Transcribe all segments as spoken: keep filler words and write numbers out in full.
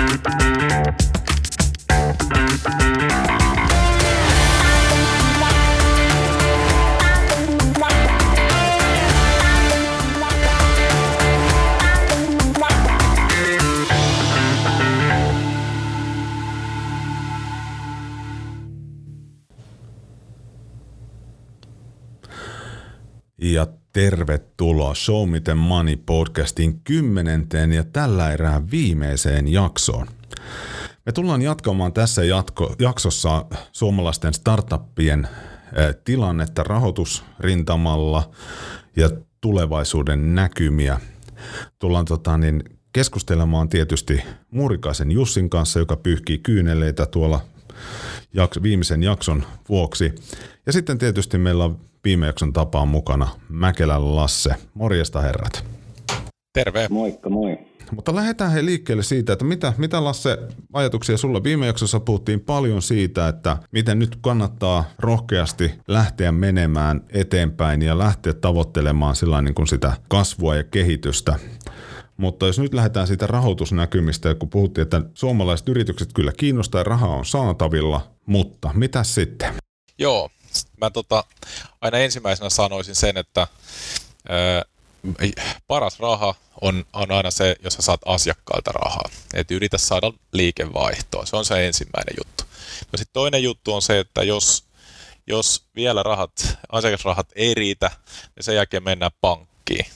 Ja tervetuloa Show Me the Money podcastin kymmenenteen ja tällä erää viimeiseen jaksoon. Me tullaan jatkamaan tässä jatko, jaksossa suomalaisten startuppien eh, tilannetta rahoitusrintamalla ja tulevaisuuden näkymiä. Tullaan tota, niin, keskustelemaan tietysti Muurikaisen Jussin kanssa, joka pyyhkii kyyneleitä tuolla jaks, viimeisen jakson vuoksi. Ja sitten tietysti meillä on viime jakson tapaan mukana Mäkelän Lasse. Morjesta herrat. Terve. Moikka, moi. Mutta lähdetään he liikkeelle siitä, että mitä, mitä Lasse ajatuksia sulla? Viime jaksossa puhuttiin paljon siitä, että miten nyt kannattaa rohkeasti lähteä menemään eteenpäin ja lähteä tavoittelemaan sillä niin kuin sitä kasvua ja kehitystä. Mutta jos nyt lähdetään siitä rahoitusnäkymistä, kun puhuttiin, että suomalaiset yritykset kyllä kiinnostaa ja rahaa on saatavilla, mutta mitä sitten? Joo, mä tota, aina ensimmäisenä sanoisin sen, että ää, paras raha on, on aina se, jos sä saat asiakkaalta rahaa. Et yritä saada liikevaihtoa, se on se ensimmäinen juttu. No sitten toinen juttu on se, että jos, jos vielä rahat, asiakasrahat ei riitä, niin sen jälkeen mennään pankkiin.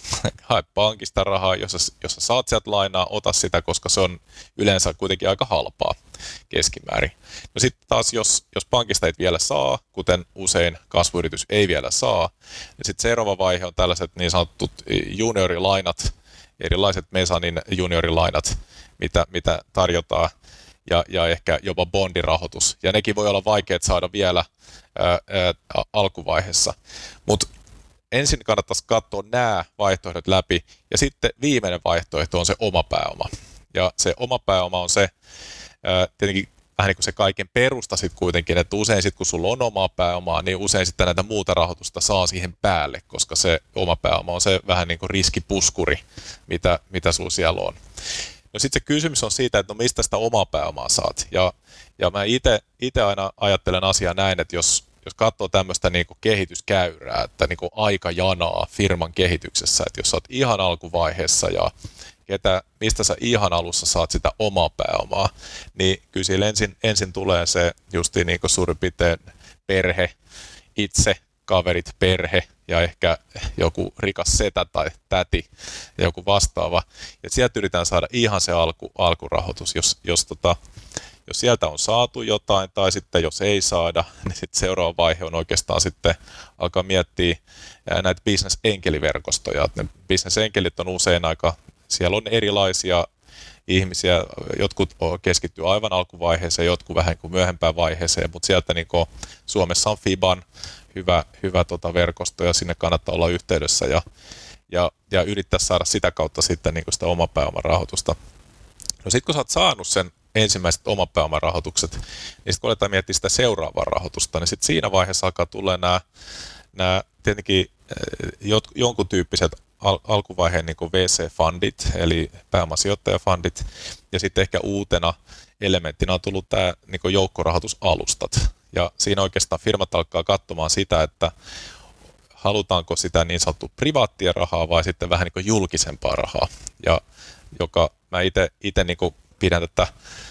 Hae pankista rahaa, jos sä, jos sä saat sieltä lainaa, ota sitä, koska se on yleensä kuitenkin aika halpaa keskimäärin. No sitten taas, jos, jos pankista ei vielä saa, kuten usein kasvuyritys ei vielä saa, niin sitten seuraava vaihe on tällaiset niin sanotut juniorilainat, erilaiset Mesanin juniorilainat, mitä, mitä tarjotaan, ja, ja ehkä jopa bondirahoitus. Ja nekin voi olla vaikeat saada vielä ää, ää, alkuvaiheessa. Mutta ensin kannattaisi katsoa nämä vaihtoehdot läpi, ja sitten viimeinen vaihtoehto on se oma pääoma. Ja se oma pääoma on se, ää, tietenkin vähän niin kuin se kaiken perusta sitten kuitenkin, että usein sitten kun sulla on omaa pääomaa, niin usein sitten näitä muuta rahoitusta saa siihen päälle, koska se oma pääoma on se vähän niin kuin riskipuskuri, mitä, mitä sulla siellä on. No sitten se kysymys on siitä, että no mistä sitä omaa pääomaa saat. Ja, ja mä itse aina ajattelen asiaa näin, että jos Jos katsoo tämmöistä niinku kehityskäyrää, että niinku aikajanaa firman kehityksessä, että jos sä oot ihan alkuvaiheessa ja ketä, mistä sä ihan alussa saat sitä omaa pääomaa, niin kyllä siellä ensin, ensin tulee se justiin niinku suurin piirtein perhe, itse, kaverit, perhe ja ehkä joku rikas setä tai täti, joku vastaava. Ja sieltä yritetään saada ihan se alku, alkurahoitus, jos, jos tota, Jos sieltä on saatu jotain tai sitten jos ei saada, niin sitten seuraava vaihe on oikeastaan sitten alkaa miettiä näitä bisnesenkeliverkostoja. Ne bisnesenkelit on usein aika, siellä on erilaisia ihmisiä, jotkut keskittyy aivan alkuvaiheeseen, jotkut vähän kuin myöhempään vaiheeseen, mutta sieltä niin kuin Suomessa on Fiban hyvä, hyvä tota verkosto ja sinne kannattaa olla yhteydessä ja, ja, ja yrittää saada sitä kautta sitten niin kuin sitä oman pääoman rahoitusta. No sitten kun sä oot saanut sen ensimmäiset oman pääoman rahoitukset, niin sitten kun aletaan miettiä sitä seuraavaa rahoitusta, niin sitten siinä vaiheessa alkaa tulla nämä, nämä tietenkin jot, jonkun tyyppiset al, alkuvaiheen niin kuin V C-fundit, eli pääomasijoittajafundit, ja sitten ehkä uutena elementtinä on tullut tämä niin kuin joukkorahoitusalustat. Ja siinä oikeastaan firmat alkaa katsomaan sitä, että halutaanko sitä niin sanottua privaattia rahaa vai sitten vähän niin kuin julkisempaa rahaa, ja joka mä itse niin kuin pidän tätä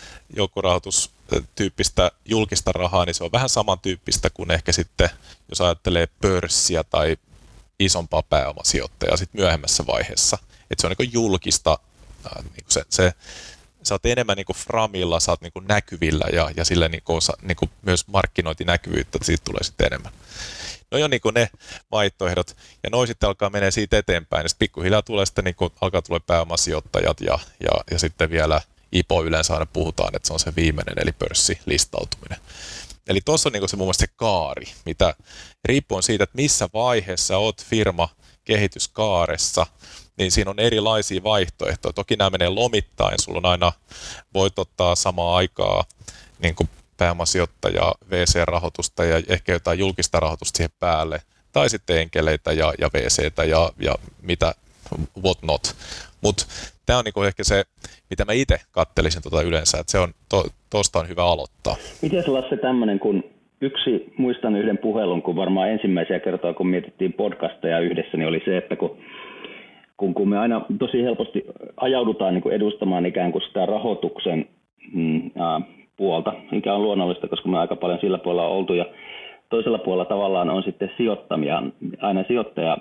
joukkorahoitustyyppistä julkista rahaa, niin se on vähän samantyyppistä kuin ehkä sitten, jos ajattelee pörssiä tai isompaa pääomasijoittajaa sitten myöhemmässä vaiheessa. Että se on niin kuin julkista, niin kuin se, se, sä oot enemmän niin kuin framilla, sä oot niin kuin näkyvillä ja, ja sillä niin kuin osa, niin kuin myös markkinointinäkyvyyttä, että siitä tulee sitten enemmän. No jo niin kuin ne vaihtoehdot, ja noi sitten alkaa menee siitä eteenpäin, ja sitten pikkuhiljaa tulee sitten niin kuin, alkaa tulla pääomasijoittajat, ja, ja, ja sitten vielä I P O yleensä aina puhutaan, että se on se viimeinen, eli pörssilistautuminen. Eli tuossa on niin kuin se muun muassa se kaari, mitä riippuen siitä, että missä vaiheessa olet firma kehityskaaressa, niin siinä on erilaisia vaihtoehtoja. Toki nämä menee lomittain, sulla on aina, voit ottaa samaan aikaa niin kuin pääomasijoittajaa, V C-rahoitusta ja ehkä jotain julkista rahoitusta siihen päälle, tai sitten enkeleitä ja, ja V C:tä ja, ja mitä, what not. Mutta tämä on niinku ehkä se, mitä mä itse kattelisin tota yleensä, että se on, to, tosta on hyvä aloittaa. Miten se Lasse tämmöinen, kun yksi, muistan yhden puhelun, kun varmaan ensimmäisiä kertoja, kun mietittiin podcasteja yhdessä, niin oli se, että kun, kun, kun me aina tosi helposti ajaudutaan niin kuin edustamaan ikään kuin sitä rahoituksen mm, ää, puolta, mikä on luonnollista, koska me aika paljon sillä puolella on oltu, ja toisella puolella tavallaan on sitten sijoittamia. Aina sijoittaja,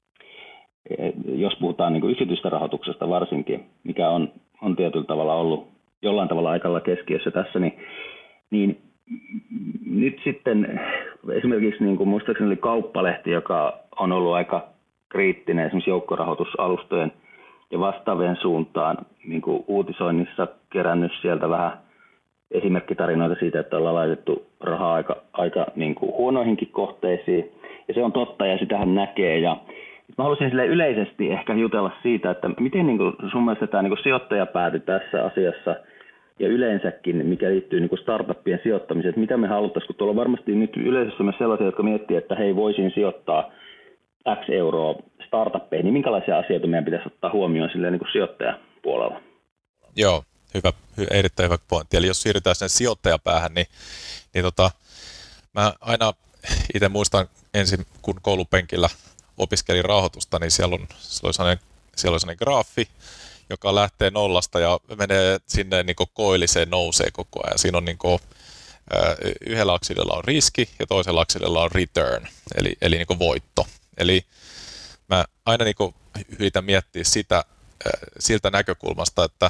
jos puhutaan niin kuin yksityistä rahoituksesta varsinkin, mikä on, on tietyllä tavalla ollut jollain tavalla aikalla keskiössä tässä, niin, niin nyt sitten esimerkiksi niin kuin muistaakseni oli Kauppalehti, joka on ollut aika kriittinen esimerkiksi joukkorahoitusalustojen ja vastaavien suuntaan niin kuin uutisoinnissa kerännyt sieltä vähän esimerkkitarinoita siitä, että ollaan laitettu rahaa aika, aika niin kuin huonoihinkin kohteisiin. Ja se on totta ja sitähän näkee. Ja mä haluaisin sille yleisesti ehkä jutella siitä, että miten niin kuin sun mielestä tämä niin kuin sijoittajapääty tässä asiassa ja yleensäkin, mikä liittyy niin kuin startuppien sijoittamiseen, että mitä me haluttaisiin, kun tuolla on varmasti nyt yleisössä myös sellaisia, jotka miettii, että hei, voisin sijoittaa X euroa startuppeihin, niin minkälaisia asioita meidän pitäisi ottaa huomioon silleen niin kuin sijoittajapuolella? Joo, hyvä, erittäin hyvä pointti. Eli jos siirrytään sinne sijoittajapäähän, niin, niin tota, mä aina itse muistan ensin, kun koulupenkillä opiskelin rahoitusta, niin siellä, on, siellä, oli sellainen, siellä oli sellainen graafi, joka lähtee nollasta ja menee sinne niin kuin koilliseen, nousee koko ajan. Siinä on niin kuin, yhdellä akselilla on riski ja toisella akselilla on return, eli, eli niin kuin voitto. Eli mä aina niin kuin yritän miettiä sitä siltä näkökulmasta, että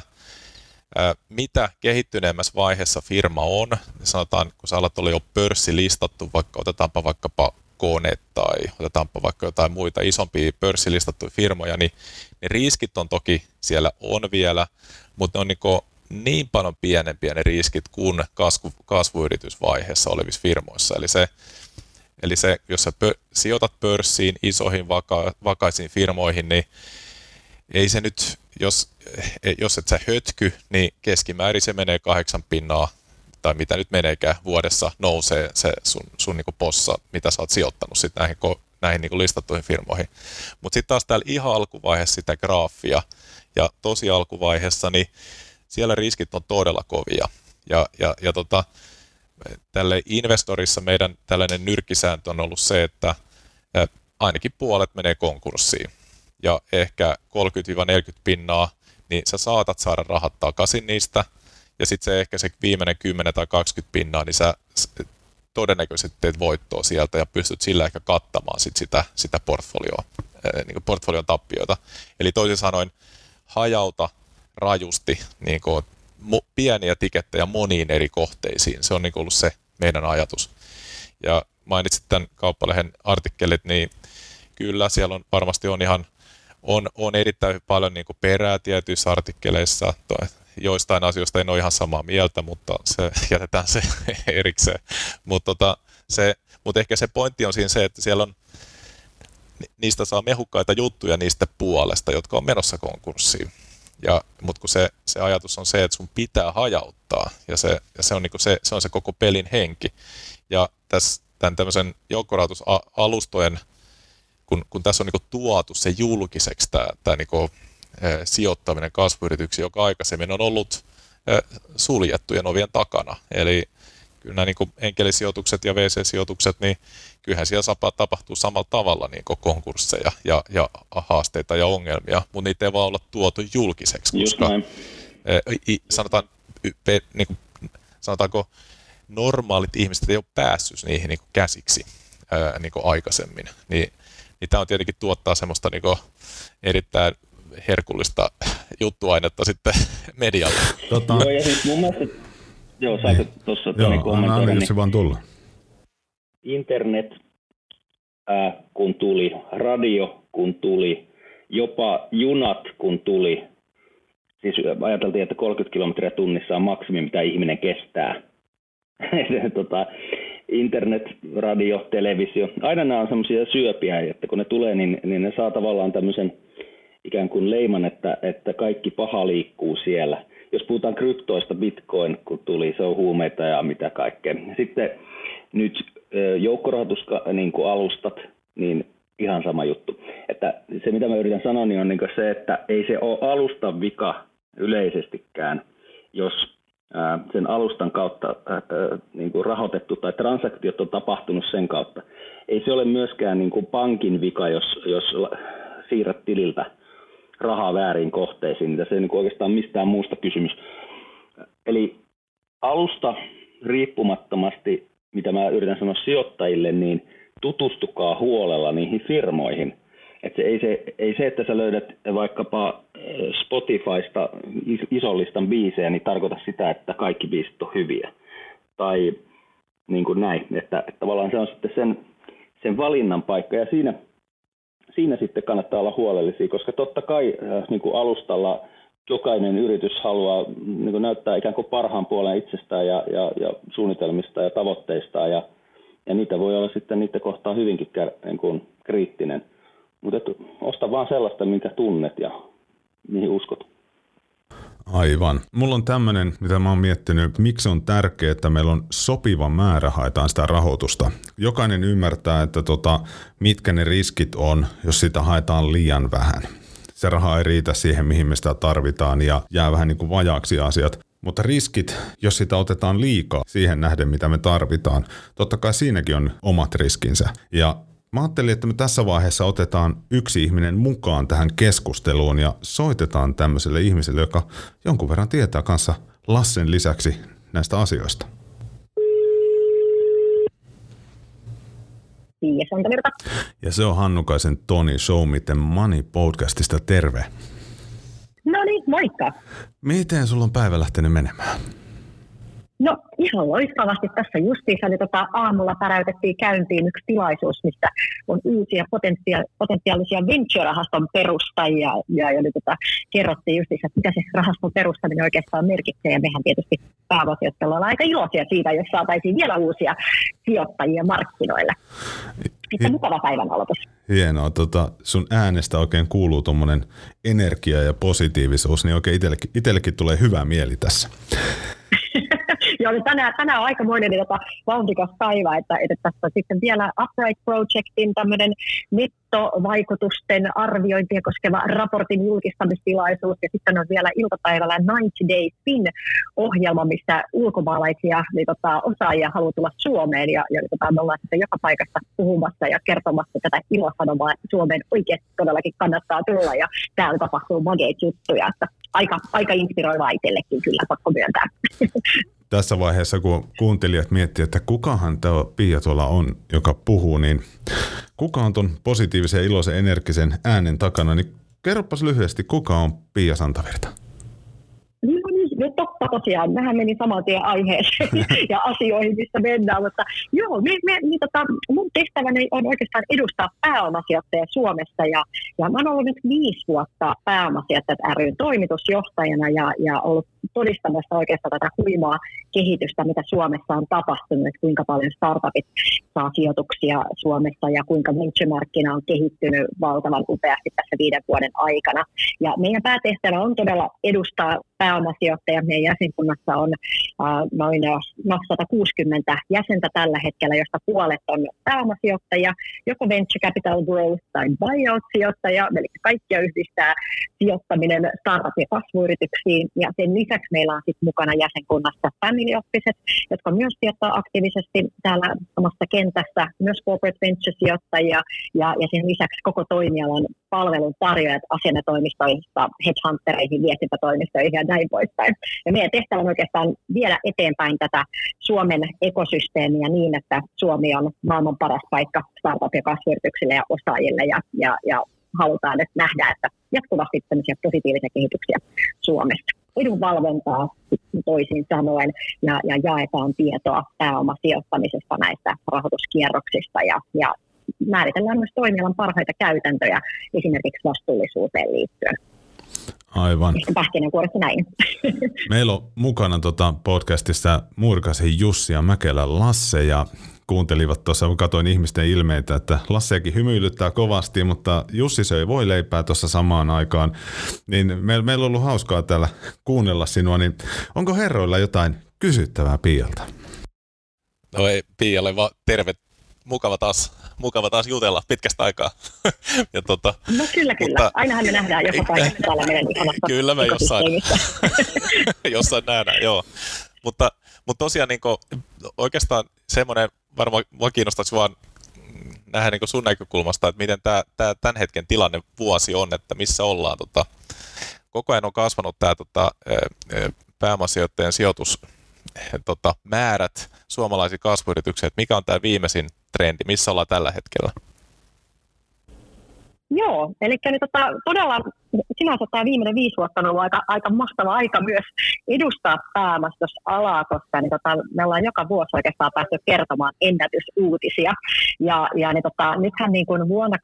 mitä kehittyneemmässä vaiheessa firma on. Sanotaan, kun sä alat olla jo pörssilistattu, vaikka otetaanpa vaikkapa Kone tai otetaanpa vaikka jotain muita isompia pörssilistattuja firmoja, niin ne riskit on toki siellä on vielä, mutta ne on niin, niin paljon pienempiä ne riskit kuin kasvu, kasvuyritysvaiheessa olevissa firmoissa. Eli se, eli se jos sä pö, sijoitat pörssiin isoihin vaka, vakaisiin firmoihin, niin ei se nyt, jos, jos et sä hötky, niin keskimäärin se menee kahdeksan pinnaa tai mitä nyt meneekään vuodessa, nousee se sun, sun niinku possa, mitä sä oot sijoittanut sit näihin, näihin niinku listattuihin firmoihin. Mutta sitten taas täällä ihan alkuvaiheessa sitä graafia ja tosi alkuvaiheessa, niin siellä riskit on todella kovia. Ja, ja, ja tota, tälle investorissa meidän tällainen nyrkkisääntö on ollut se, että ainakin puolet menee konkurssiin. Ja ehkä kolmekymmentä neljäkymmentä pinnaa, niin sä saatat saada rahat takaisin niistä. Ja sitten se ehkä se viimeinen kymmenen tai kaksikymmentä pinnaa, niin sä todennäköisesti teet voittoa sieltä ja pystyt sillä ehkä kattamaan sit sitä, sitä portfolioa, niin kuin portfolion tappioita. Eli toisin sanoen hajauta rajusti niin kuin pieniä tikettejä moniin eri kohteisiin. Se on niin kuin ollut se meidän ajatus. Ja mainitsit tämän Kauppalehden artikkelit, niin kyllä siellä on varmasti on ihan on, on erittäin paljon niin kuin perää tietyissä artikkeleissa. Joistain asioista en ole ihan samaa mieltä, mutta se, jätetään se erikseen. Mutta tota, mut ehkä se pointti on siinä se, että siellä on, niistä saa mehukkaita juttuja niistä puolesta, jotka on menossa konkurssiin. Mutta kun se, se ajatus on se, että sun pitää hajauttaa, ja se, ja se, on, niinku se, se on se koko pelin henki. Ja tässä, tämän tämmöisen joukkorahoitusalustojen, kun, kun tässä on niinku tuotu se julkiseksi tämä, tämä niinku, sijoittaminen kasvuyrityksiin, joka aikaisemmin on ollut suljettujen ovien takana. Eli kyllä nämä niin enkelisijoitukset ja V C-sijoitukset, niin kyllähän siellä tapahtuu samalla tavalla niin konkursseja ja, ja haasteita ja ongelmia, mutta niitä ei vaan olla tuotu julkiseksi, koska sanotaan, niin kuin, sanotaanko normaalit ihmiset ei ole päässyt niihin niin käsiksi niin aikaisemmin. Niin, niin tämä on tietenkin tuottaa semmoista niin erittäin herkullista juttuainetta sitten medialle. Tota... Joo, ja siis mun mielestä, joo, saako tuossa Toni kommentoida, niin se vaan tulla. Internet, äh, kun tuli, radio, kun tuli, jopa junat, kun tuli, siis ajateltiin, että kolmekymmentä kilometriä tunnissa on maksimi, mitä ihminen kestää. tota, internet, radio, televisio, aina nämä on semmoisia syöpiä, että kun ne tulee, niin, niin ne saa tavallaan tämmöisen ikään kuin leiman, että, että kaikki paha liikkuu siellä. Jos puhutaan kryptoista, bitcoin kun tuli, se on huumeita ja mitä kaikkea. Sitten nyt joukkorahoitusalustat, niin ihan sama juttu. Että se, mitä mä yritän sanoa, niin on niin se, että ei se ole alustan vika yleisestikään, jos ää, sen alustan kautta ää, niin kuin rahoitettu tai transaktiot on tapahtunut sen kautta. Ei se ole myöskään niin kuin pankin vika, jos, jos siirrät tililtä rahaa väärin kohteisiin, niin se ei niin kuin oikeastaan mistään muusta kysymys. Eli alusta riippumattomasti, mitä mä yritän sanoa sijoittajille, niin tutustukaa huolella niihin firmoihin. Että ei, se, ei se, että sä löydät vaikkapa Spotifysta ison listan biisejä, niin tarkoita sitä, että kaikki biisit on hyviä. Tai niin kuin näin, että, että tavallaan se on sitten sen, sen valinnan paikka. Ja siinä, siinä sitten kannattaa olla huolellisia, koska totta kai niin kuin alustalla jokainen yritys haluaa niin kuin näyttää ikään kuin parhaan puolen itsestään ja, ja, ja suunnitelmista ja tavoitteistaan. Ja, ja niitä voi olla sitten niitä kohtaa hyvinkin niin kuin kriittinen. Mutta osta vaan sellaista, minkä tunnet ja mihin uskot. Aivan. Mulla on tämmöinen, mitä mä oon miettinyt, miksi on tärkeää, että meillä on sopiva määrä haetaan sitä rahoitusta. Jokainen ymmärtää, että tota, mitkä ne riskit on, jos sitä haetaan liian vähän. Se raha ei riitä siihen, mihin me sitä tarvitaan ja jää vähän niin kuin vajaaksi asiat. Mutta riskit, jos sitä otetaan liikaa siihen nähden, mitä me tarvitaan, totta kai siinäkin on omat riskinsä. Ja mä ajattelin, että me tässä vaiheessa otetaan yksi ihminen mukaan tähän keskusteluun ja soitetaan tämmöiselle ihmiselle, joka jonkun verran tietää kanssa Lassen lisäksi näistä asioista. Pia Santavirta. Ja se on Hannukaisen Toni Show Miten Money podcastista. Terve. No niin, moikka. Miten sulla on päivä lähtenyt menemään? No ihan loistavasti tässä justiinsa, niin tota, aamulla päräytettiin käyntiin yksi tilaisuus, missä on uusia potentia- potentiaalisia venture-rahaston perustajia ja, ja nyt tota, kerrottiin justiinsa, että mitä se rahaston perustaminen oikeastaan merkitsee ja mehän tietysti pääasiassa ollaan aika iloisia siitä, jos saataisiin vielä uusia sijoittajia markkinoille. Sitten mukava päivän aloitus. Hienoa. Tota, sun äänestä oikein kuuluu tuommoinen energia ja positiivisuus, niin oikein itsellekin, itsellekin tulee hyvä mieli tässä. Joo, niin tänään, tänään on aikamoinen niin tota, vauhdikas päivä, että, että tässä on sitten vielä Upright Projectin tämmöinen nettovaikutusten arviointia koskeva raportin julkistamistilaisuus, ja sitten on vielä iltapäivällä ninety Day Fin-ohjelma, missä ulkomaalaisia niin tota, osaajia haluaa tulla Suomeen, ja, ja niin tota, me ollaan sitten joka paikassa puhumassa ja kertomassa tätä ilosanomaa, että Suomeen oikeasti todellakin kannattaa tulla, ja täällä tapahtuu mageita juttuja, että aika, aika inspiroivaa itsellekin kyllä, pakko myöntää. Tässä vaiheessa, kun kuuntelijat miettii, että kukahan tämä Pia tuolla on, joka puhuu, niin kuka on ton positiivisen, iloisen, energisen äänen takana, niin kerropas lyhyesti, kuka on Pia Santavirta? No niin, no totta tosiaan. Mähän menin saman tien aiheeseen ja asioihin, mistä mennään, mutta joo, me, me, niin tota, mun tehtäväni on oikeastaan edustaa pääomasijoittajia Suomessa ja, ja mä oon ollut nyt viisi vuotta pääomasijoittajat ry:n toimitusjohtajana ja, ja ollut todistamassa oikeastaan tätä huimaa kehitystä, mitä Suomessa on tapahtunut, että kuinka paljon startupit saa sijoituksia Suomessa ja kuinka venture-markkina on kehittynyt valtavan upeasti tässä viiden vuoden aikana. Ja meidän päätehtävä on todella edustaa pääomasijoittajia. Meidän jäsenkunnassa on äh, noin no, sata kuusikymmentä jäsentä tällä hetkellä, josta puolet on pääomasijoittajia, joko venture capital growth tai buyout-sijoittajia, eli kaikkia yhdistää sijoittaminen startup- ja kasvuyrityksiin, ja sen lisäksi meillä on sit mukana jäsenkunnassa family officet, jotka myös sijoittaa aktiivisesti täällä samassa kentässä, myös corporate venture-sijoittajia, ja, ja sen lisäksi koko toimialan palveluntarjoajat asianajotoimistoista, headhuntereihin, viestintätoimistoihin ja näin poispäin. Ja meidän tehtävä on oikeastaan viedä eteenpäin tätä Suomen ekosysteemiä niin, että Suomi on maailman paras paikka startup- ja kasvuyrityksille ja osaajille, ja, ja, ja halutaan nyt nähdä, että jatkuvasti tämmöisiä positiivisia kehityksiä Suomessa. Edunvalvontaa toisin sanoen ja, ja jaetaan tietoa pääomasijoittamisesta näistä rahoituskierroksista ja, ja määritellään myös toimialan parhaita käytäntöjä esimerkiksi vastuullisuuteen liittyen. Aivan. Ehkä pähkinänkuoressa näin. Meillä on mukana tota podcastissa Muurikaisen Jussi ja Mäkelän Lasse ja kuuntelivat tuossa, kun katsoin ihmisten ilmeitä, että Lasseakin hymyilyttää kovasti, mutta Jussi söi voileipää tuossa samaan aikaan. Niin me, meillä on ollut hauskaa täällä kuunnella sinua, niin onko herroilla jotain kysyttävää Pialta? No ei Pialle vaan terve, mukava taas, mukava taas jutella pitkästä aikaa. ja tota, no kyllä, kyllä. Mutta, ainahan me nähdään joka paikassa täällä meidän ihanassa kyllä me jossain, jossain nähdään, joo. Mutta, mutta tosiaan niin kuin, oikeastaan semmoinen, varmaan mua kiinnostaisi vaan nähdä niin kuin sun näkökulmasta, että miten tämä, tämä tämän hetken tilanne vuosi on, että missä ollaan. Tota, koko ajan on kasvanut tämä tota, pääomasijoittajien sijoitus tota, määrät suomalaisiin kasvuyrityksiin, että mikä on tämä viimeisin trendi, missä ollaan tällä hetkellä? Joo, eli niin tota, todella sinänsä tämä viimeinen viisi vuotta on ollut aika, aika mahtava aika myös edustaa pääomastusalaa, koska niin tota, me ollaan joka vuosi oikeastaan päästy kertomaan ennätysuutisia. Ja, ja niin tota, nythän niin kuin vuonna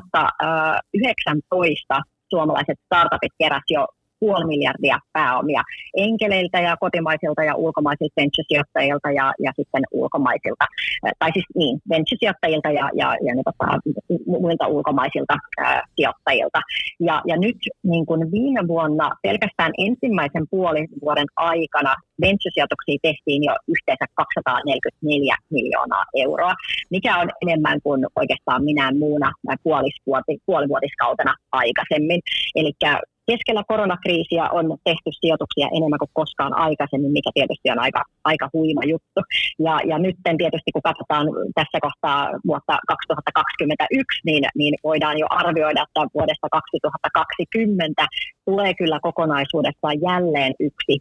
kaksituhattayhdeksäntoista suomalaiset startupit keräsivät jo puoli miljardia pääomia enkeleiltä ja kotimaisilta ja ulkomaisilta venture-sijoittajilta ja, ja sitten ulkomaisilta, tai siis niin, venture-sijoittajilta ja, ja, ja ne, tota, muilta ulkomaisilta ää, sijoittajilta. Ja, ja nyt niin kuin viime vuonna pelkästään ensimmäisen puolen vuoden aikana venture-sijoituksia tehtiin jo yhteensä kaksisataaneljäkymmentäneljä miljoonaa euroa, mikä on enemmän kuin oikeastaan minään muuna puolivuoti, puolivuotiskautena aikaisemmin. Eli keskellä koronakriisiä on tehty sijoituksia enemmän kuin koskaan aikaisemmin, mikä tietysti on aika, aika huima juttu. Ja, ja nyt tietysti kun katsotaan tässä kohtaa vuotta kaksituhattakaksikymmentäyksi, niin, niin voidaan jo arvioida, että vuodesta kaksituhattakaksikymmentä tulee kyllä kokonaisuudessaan jälleen yksi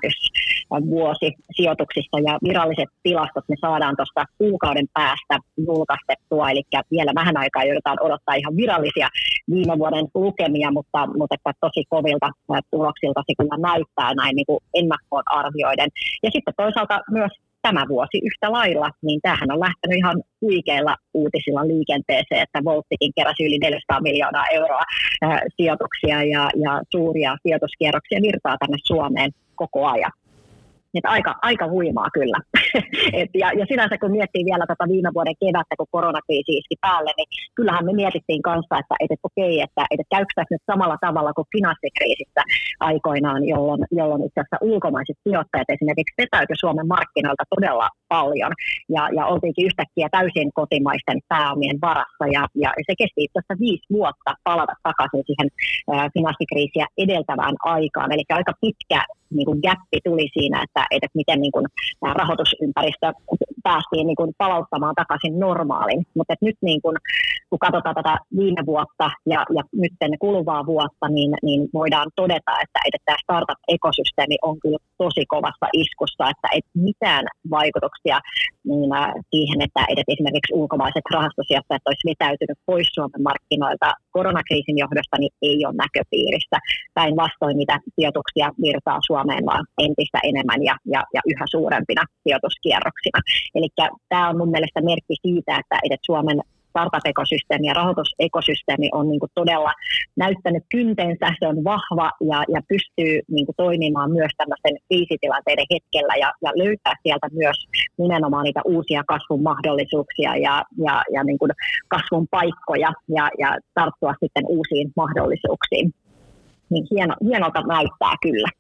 ennätysvuosi sijoituksissa. Ja viralliset tilastot me saadaan tuosta kuukauden päästä julkaistettua, eli vielä vähän aikaa joudutaan odottaa ihan virallisia viime vuoden lukemia, mutta, mutta tosi kovilta tuloksilta se kyllä näyttää näin niin kuin ennakkoon arvioiden. Ja sitten toisaalta myös tämä vuosi yhtä lailla, niin tämähän on lähtenyt ihan huikeilla uutisilla liikenteeseen, että Volttikin keräsi yli neljäsataa miljoonaa euroa ää, sijoituksia ja, ja suuria sijoituskierroksia virtaa tänne Suomeen koko ajan. Että aika, aika huimaa kyllä. Et ja, ja sinänsä kun miettii vielä tätä viime vuoden kevättä, kun koronakriisi iski päälle, niin kyllähän me mietittiin kanssa, että et, et okei, että et, et käykö tässä nyt samalla tavalla kuin finanssikriisissä aikoinaan, jolloin, jolloin itse asiassa ulkomaiset sijoittajat esimerkiksi vetäytyi Suomen markkinoilta todella paljon. Ja, ja oltiinkin yhtäkkiä täysin kotimaisten pääomien varassa. Ja, ja se kesti itse asiassa viisi vuotta palata takaisin siihen ää, finanssikriisiä edeltävään aikaan. Eli aika pitkä niin kuin gappi tuli siinä, että, että miten niin kuin, tämä rahoitusympäristö päästiin niin kuin, palauttamaan takaisin normaaliin. Mutta nyt niin kuin, kun katsotaan tätä viime vuotta ja, ja nyt kuluvaa vuotta, niin, niin voidaan todeta, että, että tämä startup-ekosysteemi on kyllä tosi kovassa iskussa, että et mitään vaikutuksia niin, äh, siihen, että, että esimerkiksi ulkomaiset rahastosijoittajat olisivat vetäytynyt pois Suomen markkinoilta koronakriisin johdosta, niin ei ole näköpiirissä. Päinvastoin niitä sijoituksia virtaa Suomeen vaan entistä enemmän ja, ja, ja yhä suurempina sijoituskierroksina. Eli tämä on mun mielestä merkki siitä, että, että Suomen startup-ekosysteemi ja rahoitusekosysteemi on niin kuin todella näyttänyt kyntensä, se on vahva ja, ja pystyy niin kuin toimimaan myös tämmöisten kriisitilanteiden hetkellä ja, ja löytää sieltä myös nimenomaan niitä uusia kasvun mahdollisuuksia ja, ja, ja niin kuin kasvun paikkoja ja, ja tarttua sitten uusiin mahdollisuuksiin. Niin hieno, hienolta näyttää kyllä.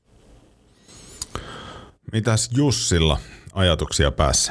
Mitäs Jussilla ajatuksia päässä?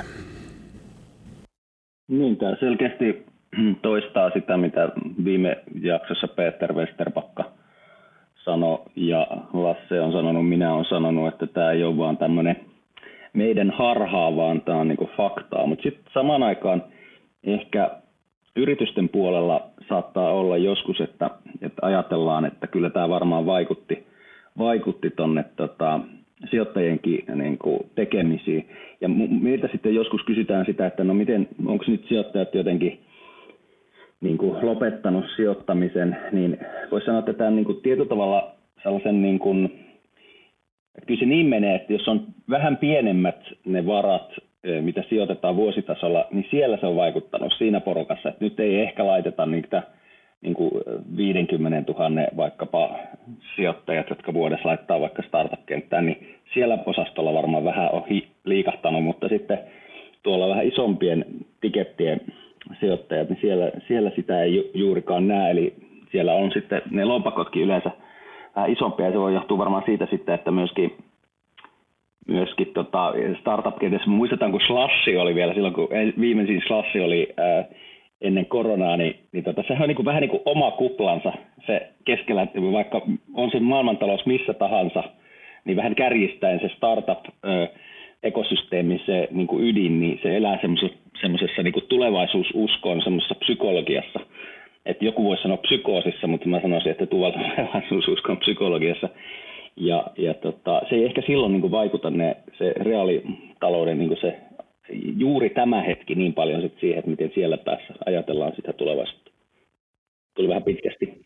Niin, tämä selkeästi toistaa sitä, mitä viime jaksossa Peter Westerbacka sanoi ja Lasse on sanonut, minä olen sanonut, että tämä ei ole vaan tämmöinen meidän harhaa, vaan tämä on niinku faktaa. Mutta sitten samaan aikaan ehkä yritysten puolella saattaa olla joskus, että, että ajatellaan, että kyllä tämä varmaan vaikutti, vaikutti tuonne tota, sijoittajienkin niin kuin tekemisiin. Ja meiltä sitten joskus kysytään sitä, että no miten, onko nyt sijoittajat jotenkin niin kuin lopettanut sijoittamisen, niin voisi sanoa, että tämä on niin kuin tietyllä tavalla sellaisen, niin kuin, että kyllä se niin menee, että jos on vähän pienemmät ne varat, mitä sijoitetaan vuositasolla, niin siellä se on vaikuttanut siinä porukassa, että nyt ei ehkä laiteta niitä niin kuin viisikymmentätuhatta vaikkapa sijoittajat, jotka vuodessa laittaa vaikka startup-kenttään, niin siellä osastolla varmaan vähän on liikahtanut, mutta sitten tuolla vähän isompien tikettien sijoittajat, niin siellä, siellä sitä ei juurikaan näe, eli siellä on sitten ne lompakotkin yleensä vähän isompia, ja se voi johtua varmaan siitä sitten, että myöskin myöskin tota, startup-kentässä. Muistetaan, kun Slash oli vielä silloin, kun viimeisin Slash oli ää, ennen koronaa, niin, niin tota, sehän on niin kuin, vähän niin kuin oma kuplansa se keskellä, vaikka on se maailmantalous missä tahansa, niin vähän kärjistäen se startup-ekosysteemi, se niin kuin ydin, niin se elää semmoisessa niin kuin tulevaisuususkoon, semmoisessa psykologiassa. Että joku voisi sanoa psykoosissa, mutta mä sanoisin, että tulevaisuususkon psykologiassa. Ja, ja tota, se ei ehkä silloin niin kuin vaikuta ne, se reaalitalouden niin kuin se, juuri tämä hetki niin paljon sit siihen, että miten siellä päässä ajatellaan sitä tulevaisuutta. Tuli vähän pitkästi.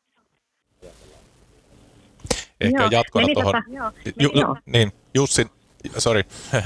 Ehkä joo, jatkona tuohon. Ju, ju, niin, Jussin, sorry,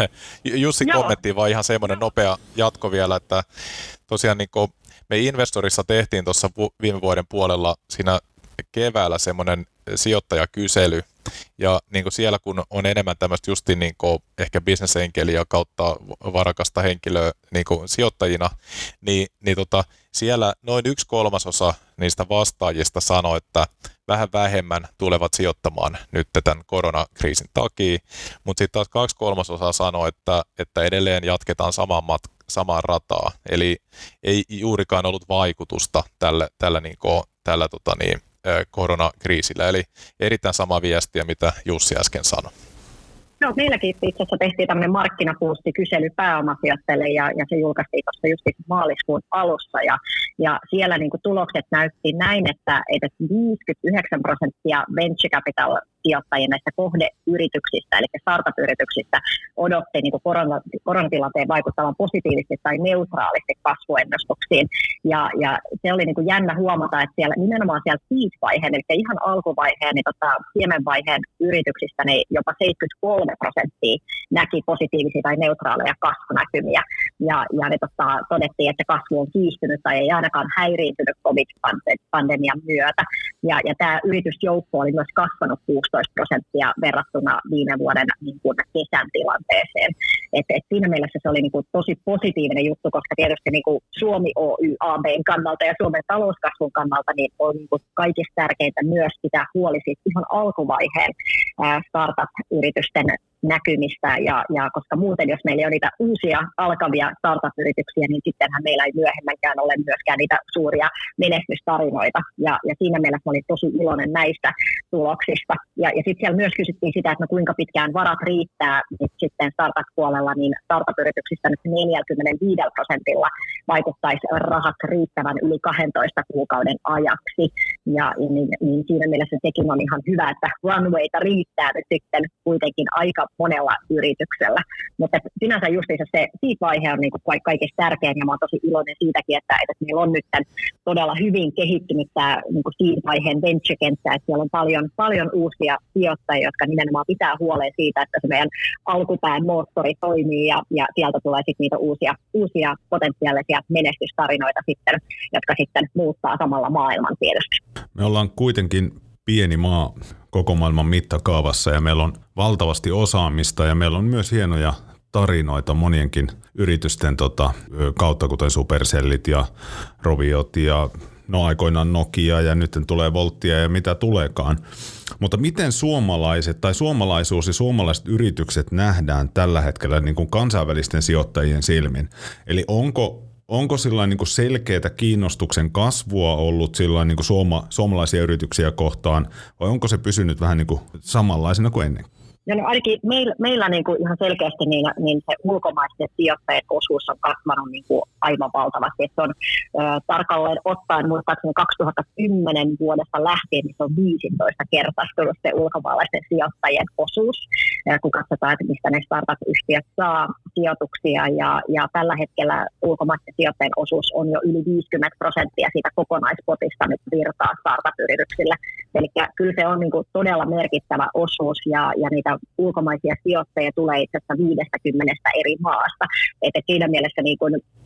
Jussin kommenttiin vaan ihan semmoinen nopea jatko vielä, että tosiaan niin kuin me Investorissa tehtiin tuossa viime vuoden puolella siinä keväällä semmoinen sijoittajakysely, ja niin kuin siellä kun on enemmän tämmöistä justi niin kuin ehkä bisnesenkeliä kautta varakasta henkilöä niin kuin sijoittajina, niin, niin tota, siellä noin yksi kolmasosa niistä vastaajista sanoi, että vähän vähemmän tulevat sijoittamaan nyt tämän koronakriisin takia, mutta sitten taas kaksi kolmasosaa sanoi, että, että edelleen jatketaan samaan, mat- samaan rataa, eli ei juurikaan ollut vaikutusta tällä, tällä, niin kuin, tällä tota niin, koronakriisillä, eli erittäin sama viestiä, mitä Jussi äsken sanoi. No, meilläkin itse asiassa tehtiin tämmöinen markkinapuusti-kysely pääomasijoittajille ja, ja se julkaistiin tuossa just maaliskuun alussa ja, ja siellä niin kuin tulokset näytti näin, että, että viisikymmentäyhdeksän prosenttia venture capital sijoittajien näistä kohdeyrityksistä, eli startup-yrityksistä, odotti niin kuin korona, koronatilanteen vaikuttavan positiivisesti tai neutraalisti kasvuennustuksiin. Ja, ja se oli niin kuin jännä huomata, että siellä, nimenomaan siellä seed-vaiheen, eli ihan alkuvaiheen, niin tota, siemenvaiheen yrityksistä niin jopa seitsemänkymmentäkolme prosenttia näki positiivisia tai neutraaleja kasvunäkymiä. Ja, ja ne tota, todettiin, että kasvu on kiistynyt tai ei ainakaan häiriintynyt covid-pandemian myötä. Ja, ja tämä yritysjoukko oli myös kasvanut kuusitoista prosenttia verrattuna viime vuoden niin kuin kesän tilanteeseen. Et, et siinä mielessä se oli niin kuin tosi positiivinen juttu, koska tietysti niin kuin Suomi Oy A B:n kannalta ja Suomen talouskasvun kannalta niin on niin kuin kaikista tärkeintä myös pitää huoli siitä ihan alkuvaiheen ää, startup-yritysten näkymistä, ja, ja koska muuten, jos meillä ei ole niitä uusia alkavia startup-yrityksiä, niin sittenhän meillä ei myöhemmänkään ole myöskään niitä suuria menestystarinoita, ja, ja siinä mielessä mä olin tosi iloinen näistä tuloksista. Ja, ja sitten siellä myös kysyttiin sitä, että no kuinka pitkään varat riittää nyt sitten startup-puolella, niin startup-yrityksistä nyt neljäkymmentäviisi prosentilla vaikuttaisi rahat riittävän yli kahdentoista kuukauden ajaksi, ja niin, niin siinä mielessä sekin on ihan hyvä, että runwayta riittää nyt sitten kuitenkin aika monella yrityksellä, mutta sinänsä justiinsa se siitä vaihe on niin kuin kaikista tärkein, ja mä oon tosi iloinen siitäkin, että, että meillä on nyt todella hyvin kehittynyt tämä niin kuin seed-vaiheen venture-kenttä, että siellä on paljon, paljon uusia sijoittajia, jotka nimenomaan pitää huoleen siitä, että se meidän alkupään moottori toimii, ja, ja sieltä tulee sitten niitä uusia, uusia potentiaalisia menestystarinoita sitten, jotka sitten muuttaa samalla maailman tietysti. Me ollaan kuitenkin pieni maa koko maailman mittakaavassa ja meillä on valtavasti osaamista ja meillä on myös hienoja tarinoita monienkin yritysten tota, kautta, kuten Supercellit ja Roviot ja no aikoinaan Nokia ja nyt tulee Volttia ja mitä tuleekaan. Mutta miten suomalaiset tai suomalaisuus ja suomalaiset yritykset nähdään tällä hetkellä niin kuin kansainvälisten sijoittajien silmin? Eli onko Onko sillain niin kuin selkeätä kiinnostuksen kasvua ollut sillain niin kuin suoma, suomalaisia yrityksiä kohtaan, vai onko se pysynyt vähän niin kuin samanlaisena kuin ennen? Ja no ainakin meillä, meillä niin kuin ihan selkeästi niin, niin se ulkomaisten sijoittajien osuus on kasvanut niin kuin aivan valtavasti. Se on äh, tarkalleen ottaen muistaakseni kaksituhattakymmenen vuodesta lähtien, niin se on viisitoista kertaistunut se ulkomaalaisten sijoittajien osuus, äh, kun katsotaan, että mistä ne startup-yhtiöt saa sijoituksia. Ja, ja tällä hetkellä ulkomaisten sijoittajien osuus on jo yli viisikymmentä prosenttia siitä kokonaispotista nyt virtaa startup-yrityksille. Eli kyllä se on niin kuin todella merkittävä osuus, ja, ja niitä ulkomaisia sijoittajia tulee itse asiassa viidestäkymmenestä eri maasta. Että siinä mielessä niin kuin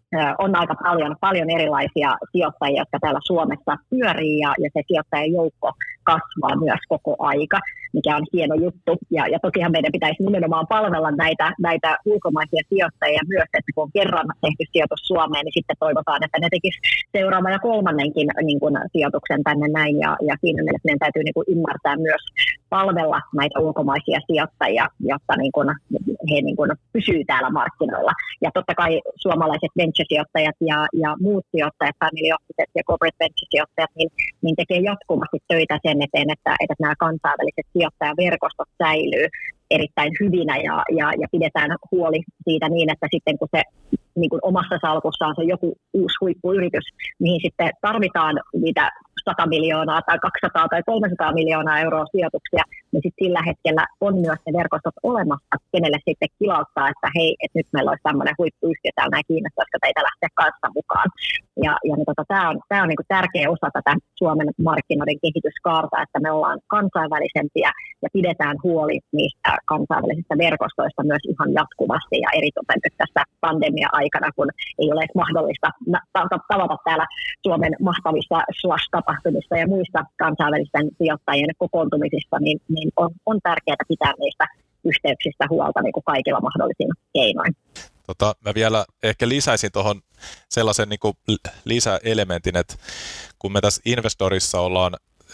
on aika paljon, paljon erilaisia sijoittajia, jotka täällä Suomessa pyörii ja, ja se sijoittajien joukko kasvaa myös koko aika, mikä on hieno juttu. Ja, ja tokihan meidän pitäisi nimenomaan palvella näitä, näitä ulkomaisia sijoittajia myös, että kun on kerran tehty sijoitus Suomeen, niin sitten toivotaan, että ne tekisi seuraavan ja kolmannenkin niin kuin, sijoituksen tänne näin. Ja, ja siinä mielessä meidän täytyy niin kuin, ymmärtää myös palvella näitä ulkomaisia sijoittajia, jotta niin kuin, he niin kuin, pysyy täällä markkinoilla. Ja totta kai suomalaiset venture-sijoittajat ja, ja muut sijoittajat, family offices ja corporate venture-sijoittajat, niin, niin tekee jatkuvasti töitä sen eteen, että, että nämä kansainväliset sijoittajaverkostot säilyy erittäin hyvinä ja, ja, ja pidetään huoli siitä niin, että sitten kun se niin kuin omassa salkussa on se joku uusi huippuyritys, mihin sitten tarvitaan niitä sata miljoonaa tai kaksisataa tai kolmesataa miljoonaa euroa sijoituksia, niin sitten sillä hetkellä on myös ne verkostot olemassa, kenelle sitten kilauttaa, että hei, että nyt meillä olisi tämmöinen huippuyhtiö täällä näin kiinnostaisiko teitä lähteä kanssa mukaan. Ja, ja niin tota, tämä on, tää on niin kuin tärkeä osa tätä Suomen markkinoiden kehityskaarta, että me ollaan kansainvälisempiä ja pidetään huoli niistä kansainvälisistä verkostoista myös ihan jatkuvasti ja eritoten nyt tässä pandemia-aikana, kun ei ole mahdollista tavata täällä Suomen mahtavissa slash-tapahtumissa ja muissa kansainvälisten sijoittajien kokoontumisissa, niin, niin on, on tärkeää pitää niistä yhteyksistä huolta niin kuin kaikilla mahdollisin keinoin. Tota, mä vielä ehkä lisäisin tuohon sellaisen niin kuin lisäelementin, että kun me tässä Investorissa ollaan,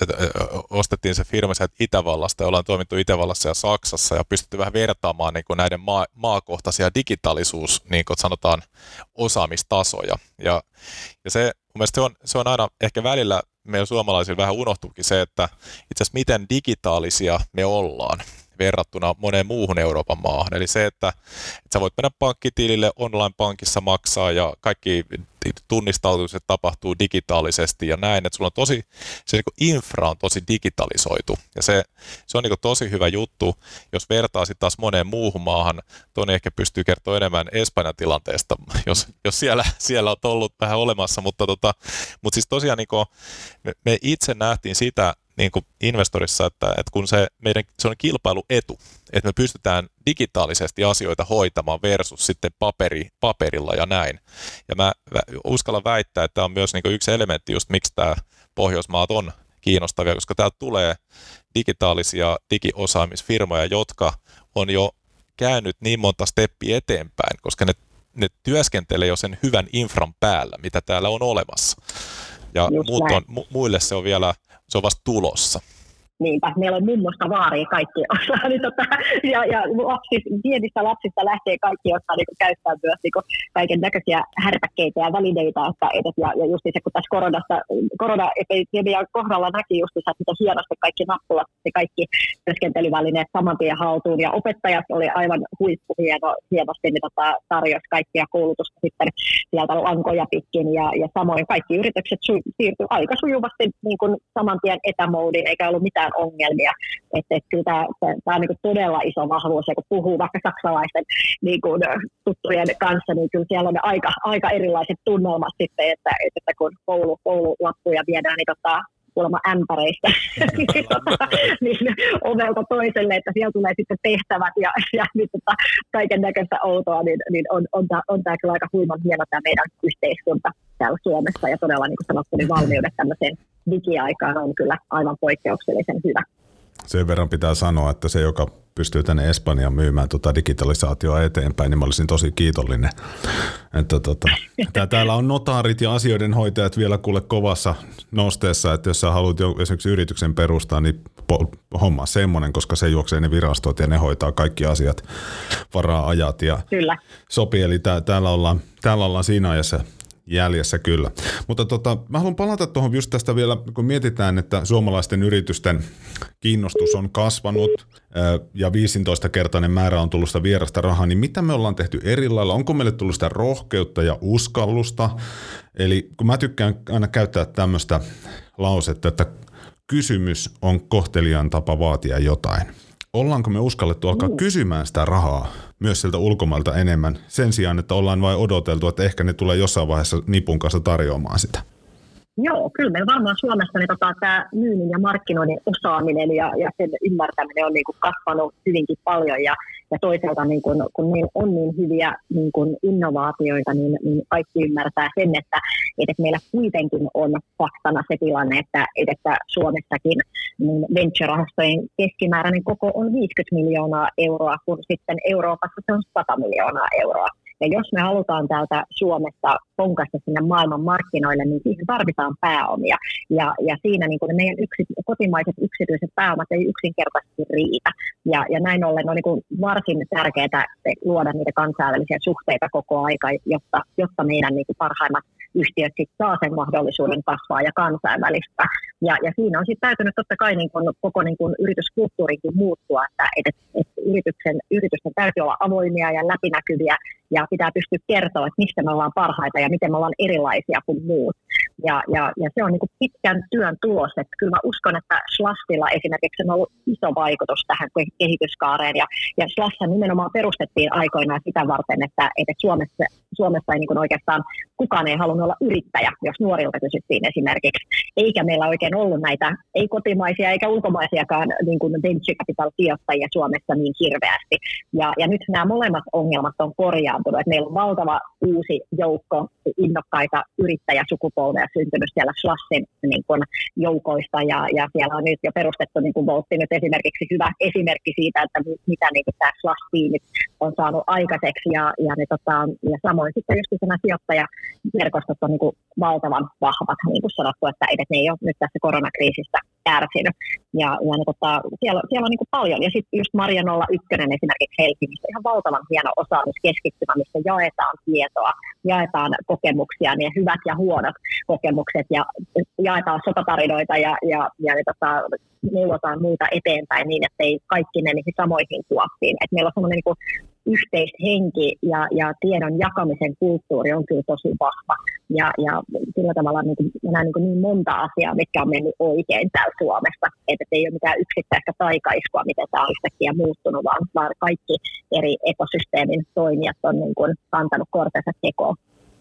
ostettiin se firma sieltä Itävallasta ja ollaan toimittu Itävallassa ja Saksassa ja pystytty vähän vertaamaan niin kuin näiden maa, maakohtaisia digitaalisuus, niin kuin sanotaan, osaamistasoja. Ja, ja se, mun mielestä se on, se on aina ehkä välillä meillä suomalaisilla vähän unohtuukin se, että itse asiassa miten digitaalisia me ollaan verrattuna moneen muuhun Euroopan maahan. Eli se, että, että sä voit mennä pankkitilille, online-pankissa maksaa ja kaikki tunnistautumiset tapahtuu digitaalisesti ja näin, että sulla on tosi, se niin infra on tosi digitalisoitu ja se, se on niin tosi hyvä juttu, jos vertaa sitten taas moneen muuhun maahan. Toni ehkä pystyy kertoa enemmän Espanjan tilanteesta, jos, jos siellä, siellä on ollut vähän olemassa, mutta, tota, mutta siis tosiaan niin me, me itse nähtiin sitä, niin kuin Investorissa, että, että kun se, meidän, se on kilpailuetu, että me pystytään digitaalisesti asioita hoitamaan versus sitten paperi, paperilla ja näin. Ja mä uskallan väittää, että tämä on myös niin kuin yksi elementti just miksi tämä Pohjoismaat on kiinnostavia, koska täältä tulee digitaalisia digiosaamisfirmoja, jotka on jo käynyt niin monta steppiä eteenpäin, koska ne, ne työskentelee jo sen hyvän infran päällä, mitä täällä on olemassa. Ja muut on, mu, muille se on vielä se on vasta tulossa. Niinpä, meillä on mummosta vaaria kaikki osaa, niin tota, ja, ja lapsis, pienistä lapsista lähtee kaikki, jotka niin käyttää myös niin kaiken näköisiä härpäkkeitä ja välineitä, että edes, ja, ja just se, kun tässä koronasta, koronaepidemian kohdalla näki just se, että miten hienosti kaikki nappulat ja kaikki työskentelyvälineet saman tien haltuun, ja opettajat oli aivan huippuhieno, hienosti niin tota, tarjosi kaikkia koulutusta sitten sieltä lankoja pitkin, ja, ja samoin kaikki yritykset su- siirtyi aika sujuvasti niin kuin saman tien etämoodiin, eikä ollut mitään ongelmia. Että et kyllä tämä, tämä on niin kuin todella iso vahvuus, ja kun puhuu vaikka saksalaisten niin kuin tuttujen kanssa, niin kyllä siellä on aika, aika erilaiset tunnelmat sitten, että, että kun koulu, koululappuja viedään, niin tota, kuulemma ämpäreistä niin, tota, niin ovelta toiselle, että siellä tulee sitten tehtävät ja, ja niin, tota, kaiken näköistä outoa, niin, niin on, on, on, on tämä kyllä aika huiman hieno tämä meidän yhteiskunta täällä Suomessa, ja todella niin kuin sanottu, niin valmiudet tämmöiseen digiaikaan on kyllä aivan poikkeuksellisen hyvä. Sen verran pitää sanoa, että se, joka pystyy tänne Espanjaan myymään tuota digitalisaatioa eteenpäin, niin mä olisin tosi kiitollinen. Että tota, täällä on notaarit ja asioiden hoitajat vielä kuule kovassa nosteessa, että jos sä haluat esimerkiksi yrityksen perustaa, niin homma semmoinen, koska se juoksee ne virastot ja ne hoitaa kaikki asiat, varaa ajat ja Kyllä. sopii. Eli tää, täällä, ollaan, täällä ollaan siinä ajassa jäljessä kyllä. Mutta tota, mä haluan palata tuohon just tästä vielä, kun mietitään, että suomalaisten yritysten kiinnostus on kasvanut ja viisitoistakertainen määrä on tullut sitä vierasta rahaa, niin mitä me ollaan tehty eri lailla? Onko meille tullut sitä rohkeutta ja uskallusta? Eli kun mä tykkään aina käyttää tämmöistä lausetta, että kysymys on kohteliaan tapa vaatia jotain. Ollaanko me uskallettu alkaa mm. kysymään sitä rahaa myös sieltä ulkomailta enemmän sen sijaan, että ollaan vain odoteltu, että ehkä ne tulee jossain vaiheessa nipun kanssa tarjoamaan sitä? Joo, kyllä meillä varmaan Suomessa niin tota, tämä myynnin ja markkinoinnin osaaminen ja, ja sen ymmärtäminen on niin kuin kasvanut hyvinkin paljon ja, ja toisaalta niin kun, kun meillä on niin hyviä niin kun innovaatioita, niin, niin kaikki ymmärtää sen, että, että meillä kuitenkin on faktana se tilanne, että, että Suomessakin niin venture-rahastojen keskimääräinen koko on viisikymmentä miljoonaa euroa, kun sitten Euroopassa se on sata miljoonaa euroa. Ja jos me halutaan täältä Suomesta ponkasta sinne maailman markkinoille, niin siihen tarvitaan pääomia. Ja, ja siinä niin kuin ne meidän yksi, kotimaiset yksityiset pääomat ei yksinkertaisesti riitä. Ja, ja näin ollen on niin kuin varsin tärkeää luoda niitä kansainvälisiä suhteita koko aika, jotta, jotta meidän niin kuin parhaimmat yhtiöt sit saa sen mahdollisuuden kasvaa ja kansainvälistä. Ja, ja siinä on sitten täytynyt totta kai niin kun, koko niin kun yrityskulttuurinkin muuttua, että et, et, et yrityksen, yritysten täytyy olla avoimia ja läpinäkyviä ja pitää pystyä kertoa, että mistä me ollaan parhaita ja miten me ollaan erilaisia kuin muut. Ja, ja, ja se on niin kuin pitkän työn tulos. Että kyllä mä uskon, että Slashilla esimerkiksi on ollut iso vaikutus tähän kehityskaareen. Ja, ja Slash nimenomaan perustettiin aikoinaan sitä varten, että, että Suomessa, Suomessa ei niin kuin oikeastaan kukaan ei halunnut olla yrittäjä, jos nuorilta kysyttiin esimerkiksi. Eikä meillä oikein ollut näitä, ei kotimaisia eikä ulkomaisiakaan niin kuin venture capital-sijoittajia Suomessa niin hirveästi. Ja, ja nyt nämä molemmat ongelmat on korjaantunut. Että meillä on valtava uusi joukko innokkaita yrittäjäsukupolvea syntynyt siellä Slashin niin kuin joukoista, ja, ja siellä on nyt jo perustettu, niin kuin Voltti nyt esimerkiksi hyvä esimerkki siitä, että mitä niin kuin tämä Slash-tiimit on saanut aikaiseksi, ja, ja, ne, tota, ja samoin sitten just nämä sijoittajaverkostot on niin kuin valtavan vahvat, niin kuin sanottu, että edes ne ei ole nyt tässä koronakriisistä kärsinyt, ja, ja ne, tota, siellä, siellä on niin kuin paljon, ja sitten just Marja nolla yksi esimerkiksi Helsingissä, ihan valtavan hieno osaamiskeskittymä, missä jaetaan tietoa, jaetaan kokemuksia, niin hyvät ja huonot kokemukset, ja jaetaan sotatarinoita ja, ja, ja ne, tota, neuvotaan muita eteenpäin niin, että ei kaikki ne niihin samoihin tuoppiin. Et meillä on semmoinen niin kuin yhteishenki ja, ja tiedon jakamisen kulttuuri on kyllä tosi vahva. Ja, ja sillä tavalla niin kuin, näen niin, niin monta asiaa, mitkä on mennyt oikein täällä Suomessa. Että ei ole mitään yksittäistä taikaiskua, miten tämä on yhtäkkiä muuttunut, vaan, vaan kaikki eri ekosysteemin toimijat on niin kuin kantanut kortensa kekoon.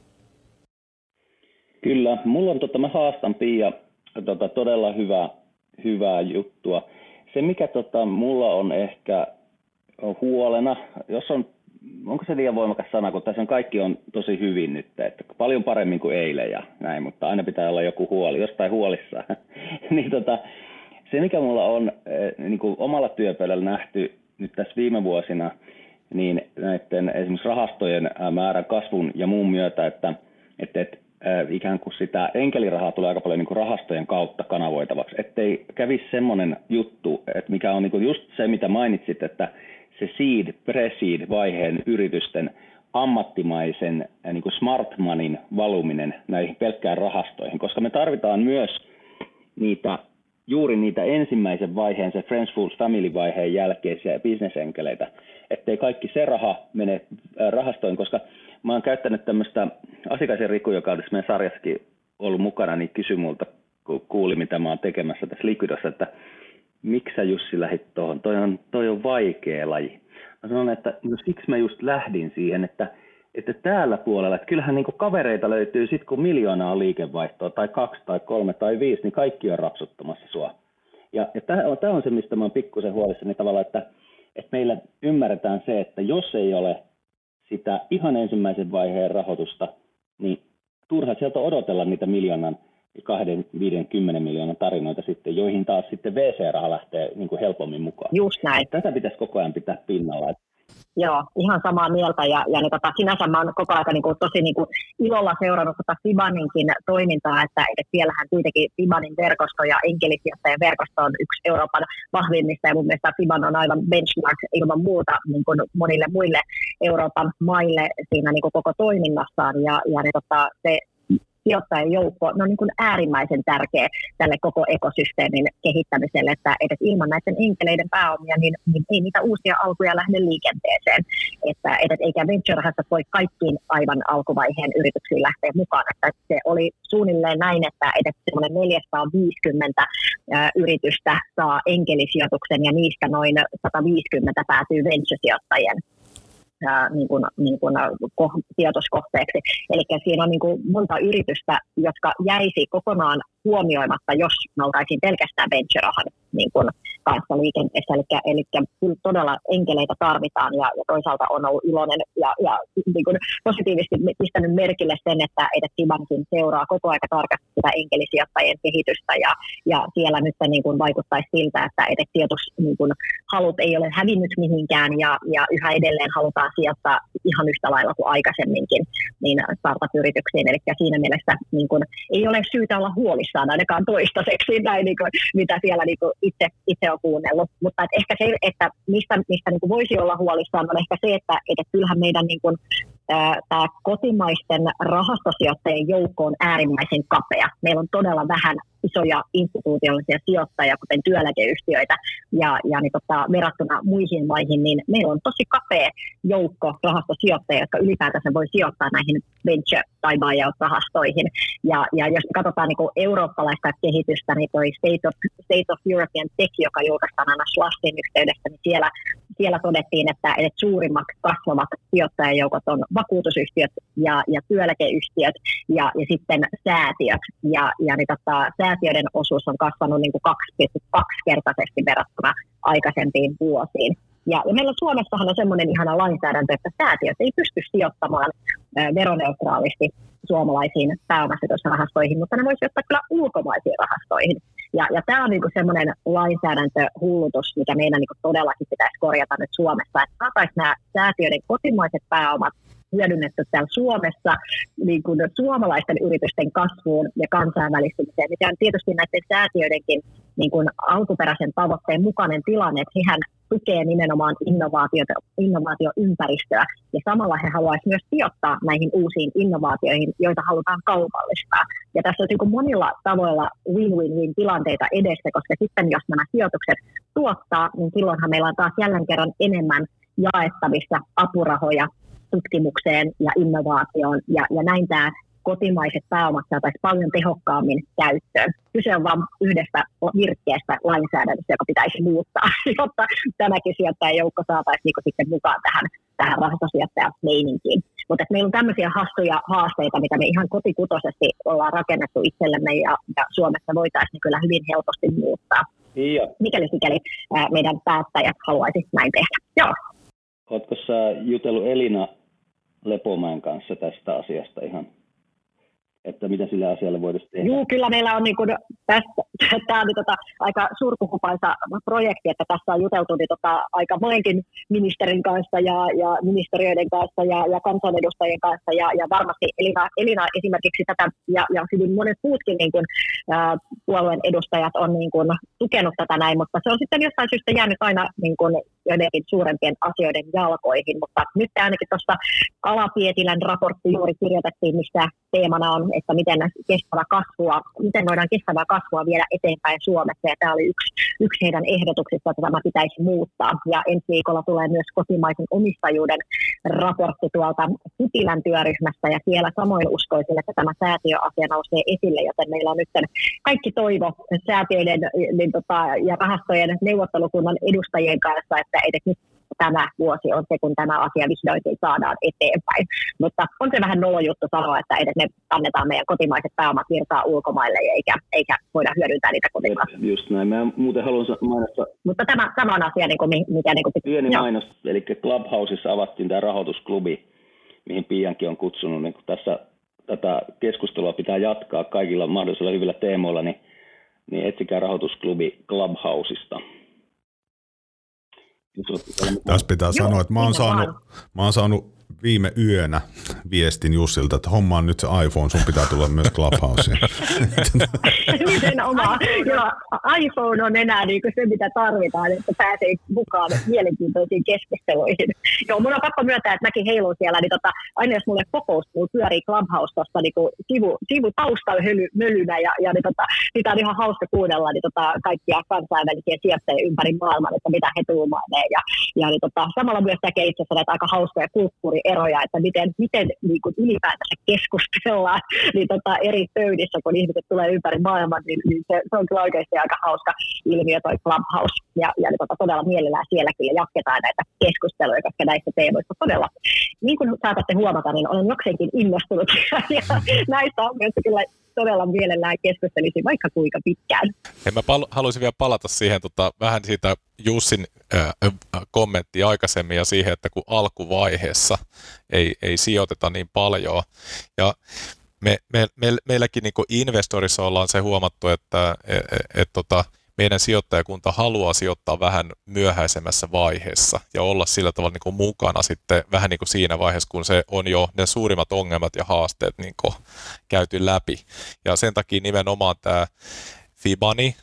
Kyllä, mulla on, tota, mä haastan Pia tota, todella hyvä, hyvää juttua. Se mikä tota, mulla on ehkä huolena, jos on, onko se liian voimakas sana, kun tässä on kaikki on tosi hyvin nyt, että paljon paremmin kuin eilen ja näin, mutta aina pitää olla joku huoli, jostain huolissaan. niin, tota, se mikä mulla on niin kuin omalla työpöydällä nähty nyt tässä viime vuosina, niin näiden esimerkiksi rahastojen määrän kasvun ja muun myötä, että, että, että ikään kuin sitä enkelirahaa tulee aika paljon niin kuin rahastojen kautta kanavoitavaksi, ettei kävisi semmoinen juttu, että mikä on niin kuin just se, mitä mainitsit, että se seed, pre-seed vaiheen yritysten ammattimaisen niin kuin smart moneyn valuminen näihin pelkkään rahastoihin, koska me tarvitaan myös niitä, juuri niitä ensimmäisen vaiheen, se Friends, Fools, Family-vaiheen jälkeisiä bisnesenkeleitä, ettei kaikki se raha mene rahastoihin, koska mä oon käyttänyt tämmöistä Asikaisen Riku, joka on tässä meidän sarjassakin ollut mukana, niin kysyi multa, kun kuuli, mitä mä oon tekemässä tässä Liquidossa, että miksi sä Jussi lähdit tuohon? Toi on, toi on vaikea laji. Mä sanon, että no siksi mä just lähdin siihen, että, että täällä puolella, että kyllähän niin kuin kavereita löytyy sit kun miljoonaa on liikevaihtoa, tai kaksi, tai kolme, tai viisi, niin kaikki on rapsuttamassa sua. Ja, ja tämä on, on se, mistä mä oon pikkusen huolissani tavallaan, että, että meillä ymmärretään se, että jos ei ole sitä ihan ensimmäisen vaiheen rahoitusta, niin turha sieltä odotella niitä miljoonan, kahden, viiden, kymmenen miljoonan tarinoita sitten, joihin taas sitten V C-raha lähtee niin kuin helpommin mukaan. Just näin. Tätä pitäisi koko ajan pitää pinnalla. Joo, ihan samaa mieltä, ja, ja niin, tota, sinänsä mä oon koko ajan niin kuin, tosi niin kuin, ilolla seurannut tota Fibaninkin toimintaa, että, että siellähän kuitenkin Fibanin verkosto ja enkelisijoittajien verkosto on yksi Euroopan vahvimmista, ja mun mielestä Fiban on aivan benchmark ilman muuta niin kuin monille muille Euroopan maille siinä niin kuin koko toiminnassaan, ja, ja niin, tota, se sijoittajien joukko on niin kuin äärimmäisen tärkeä tälle koko ekosysteemin kehittämiselle, että edes ilman näiden enkeleiden pääomia, niin, niin ei niitä uusia alkuja lähde liikenteeseen. Että, että eikä venture-rahastot voi kaikkiin aivan alkuvaiheen yrityksiin lähteä mukaan. Että se oli suunnilleen näin, että edes semmoinen neljäsataaviisikymmentä yritystä saa enkelisijoituksen ja niistä noin sata viisikymmentä päätyy venture-sijoittajien ää, niin kuin, niin kuin, ko, sijoituskohteeksi. Eli siinä on niin kuin monta yritystä, jotka jäisi kokonaan huomioimatta, jos me oltaisiin pelkästään venture-rahan niin kuin kanssa liikenteessä. Eli, eli kyllä todella enkeleitä tarvitaan ja, ja toisaalta on ollut iloinen ja, ja niin kuin positiivisesti pistänyt merkille sen, että edes Fibankin seuraa koko aika tarkasti sitä enkelisijoittajien kehitystä ja, ja siellä nyt niin kuin vaikuttaisi siltä, että edes sijoitushalut niin kuin ei ole hävinnyt mihinkään ja, ja yhä edelleen halutaan sijoittaa ihan yhtä lailla kuin aikaisemminkin niin startup-yrityksiin. Eli siinä mielessä niin kuin, ei ole syytä olla huolissaan ainakaan toistaiseksi, näin, niin kuin, mitä siellä niin kuin itse, itse on kuunnellut. Mutta et ehkä se, että mistä, mistä niin kuin voisi olla huolissaan, on ehkä se, että, että kyllähän meidän niin kuin, tämä kotimaisten rahastosijoittajien joukko on äärimmäisen kapea. Meillä on todella vähän isoja instituutiollisia sijoittajia, kuten työeläkeyhtiöitä, ja, ja niin tota, verrattuna muihin maihin, niin meillä on tosi kapea joukko rahastosijoittajia, jotka ylipäätänsä voi sijoittaa näihin venture- tai buyout-rahastoihin. Ja, ja jos katsotaan niin kuin eurooppalaista kehitystä, niin toi State of, State of European Tech, joka julkaistaan aina Schlassin yhteydessä, niin siellä, siellä todettiin, että, että suurimmat kasvavat sijoittajajoukot on vakuutusyhtiöt ja, ja työeläkeyhtiöt ja, ja sitten säätiöt. Ja, ja niin tota, säätiöiden osuus on kasvanut niin kuin kaksi pilkku kaksi kertaisesti verrattuna aikaisempiin vuosiin. Ja, ja meillä Suomessahan on semmoinen ihana lainsäädäntö, että säätiöt ei pysty sijoittamaan ä, veroneutraalisti suomalaisiin pääomasijoitusrahastoihin, mutta ne voisi ottaa kyllä ulkomaisiin rahastoihin. Ja, ja tämä on niinku semmoinen lainsäädäntöhullutus, mikä meidän niinku todellakin pitäisi korjata nyt Suomessa, että saataisiin nämä säätiöiden kotimaiset pääomat hyödynnetty täällä Suomessa niin kuin suomalaisten yritysten kasvuun ja kansainvälistymiseen, mikä on tietysti näiden säätiöidenkin niin kuin alkuperäisen tavoitteen mukainen tilanne, että hehän tukee nimenomaan innovaatioympäristöä ja samalla he haluaisivat myös sijoittaa näihin uusiin innovaatioihin, joita halutaan kaupallistaa. Ja tässä on niin kuin monilla tavoilla win-win-win tilanteita edessä, koska sitten jos nämä sijoitukset tuottaa, niin silloinhan meillä on taas jälleen kerran enemmän jaettavissa apurahoja tutkimukseen ja innovaatioon, ja, ja näin tämä kotimaiset pääomat saataisiin paljon tehokkaammin käyttöön. Kyse on vain yhdestä virkkeestä lainsäädännöstä, joka pitäisi muuttaa, jotta tämäkin sijoittajajoukko saataisiin niin sitten mukaan tähän, tähän rahastosijoittajameininkiin. Mutta meillä on tämmöisiä hassuja haasteita, mitä me ihan kotikutoisesti ollaan rakennettu itsellemme, ja, ja Suomessa voitaisiin kyllä hyvin helposti muuttaa. Ja. Mikäli sikäli ää, meidän päättäjät haluaisi näin tehdä. Joo. Oletko sä jutellut Elina Lepomäen kanssa tästä asiasta ihan, että mitä sille asialle voitaisiin tehdä? Joo, kyllä meillä on niin kuin tästä, tämä on tota, aika surkuhupaisa projekti, että tässä on juteltu niin tota, aika monenkin ministerin kanssa ja, ja ministeriöiden kanssa ja, ja kansanedustajien kanssa ja, ja varmasti Elina, Elina esimerkiksi tätä ja, ja hyvin monet muutkin niin kuin, ää, puolueen edustajat on niin kuin, tukenut tätä näin, mutta se on sitten jostain syystä jäänyt aina niin kuin, joidenkin suurempien asioiden jalkoihin, mutta nyt ainakin tuossa Ala-Pietilän raportti juuri kirjoitettiin, missä teemana on, että miten kestävä kasvua, miten voidaan kestävää kasvua viedä eteenpäin Suomessa, ja tämä oli yksi, yksi heidän ehdotuksista, että tämä pitäisi muuttaa, ja ensi viikolla tulee myös kotimaisen omistajuuden raportti tuolta Sipilän työryhmästä, ja siellä samoin uskoisin, että tämä säätiöasia nousee esille, joten meillä on nyt kaikki toivo säätiöiden niin tota, ja rahastojen neuvottelukunnan edustajien kanssa, että edes nyt tämä vuosi on se, kun tämä asia vihdoinkin saadaan eteenpäin. Mutta on se vähän nolo juttu sanoa, että edes me annetaan meidän kotimaiset pääomat virtaa ulkomaille, eikä, eikä voida hyödyntää niitä kotimaassa. Just näin. Mä muuten haluan mainostaa. Mutta tämä, tämä on asia, mikä... Niin kuin, pieni mainos, eli Clubhouseissa avattiin tämä rahoitusklubi, mihin Piiankin on kutsunut. Niin tässä tätä keskustelua pitää jatkaa kaikilla mahdollisilla hyvillä teemoilla, niin, niin etsikää rahoitusklubi Clubhouseista. Tässä pitää Joo, sanoa, että mä oon, saanut, mä oon saanut viime yönä viestin Jussilta, että homma on nyt se iPhone, sun pitää tulla myös Clubhouseen. Nimenomaan. Joo, iPhone on enää niin kuin se, mitä tarvitaan, että pääsee mukaan mielenkiintoisiin keskusteluihin. Joo, mun on pakko myöntää, että mäkin heilun siellä, niin tota, aina jos mulle kokous, mulla pyörii Clubhouse tuossa niin sivu, sivu taustalla mölynä, ja, ja niin tota, sitä on ihan hauska kuunnella niin tota, kaikkia kansainvälisiä sijoittajia ympäri maailman, että mitä he tuumailee. Ja, ja niin tota, samalla myös näkee itse asiassa näitä aika hauskoja kulttuuri eroja, että miten, miten niin kuin ylipäätänsä keskustellaan niin tota, eri pöydissä, kun ihmiset tulee ympäri maailman, niin, niin se, se on kyllä oikeasti aika hauska ilmiö toi Clubhouse. Ja, ja niin tota, todella mielellään siellä kyllä jatketaan näitä keskusteluja, koska näistä teemoista todella, niin kuin saatatte huomata, niin olen jokseenkin innostunut ja näistä on myös kyllä todella mielellään keskustelisin vaikka kuinka pitkään. Hei, mä pal- haluaisin vielä palata siihen tota, vähän siitä Jussin äh, kommenttia aikaisemmin ja siihen, että kun alkuvaiheessa ei, ei sijoiteta niin paljon. Ja me, me, me, meilläkin niin kuin investorissa ollaan se huomattu, että et, et, et, tota, meidän sijoittajakunta haluaa sijoittaa vähän myöhäisemmässä vaiheessa ja olla sillä tavalla niin kuin mukana sitten vähän niin kuin siinä vaiheessa, kun se on jo ne suurimmat ongelmat ja haasteet niin kuin käyty läpi. Ja sen takia nimenomaan tämä Fibani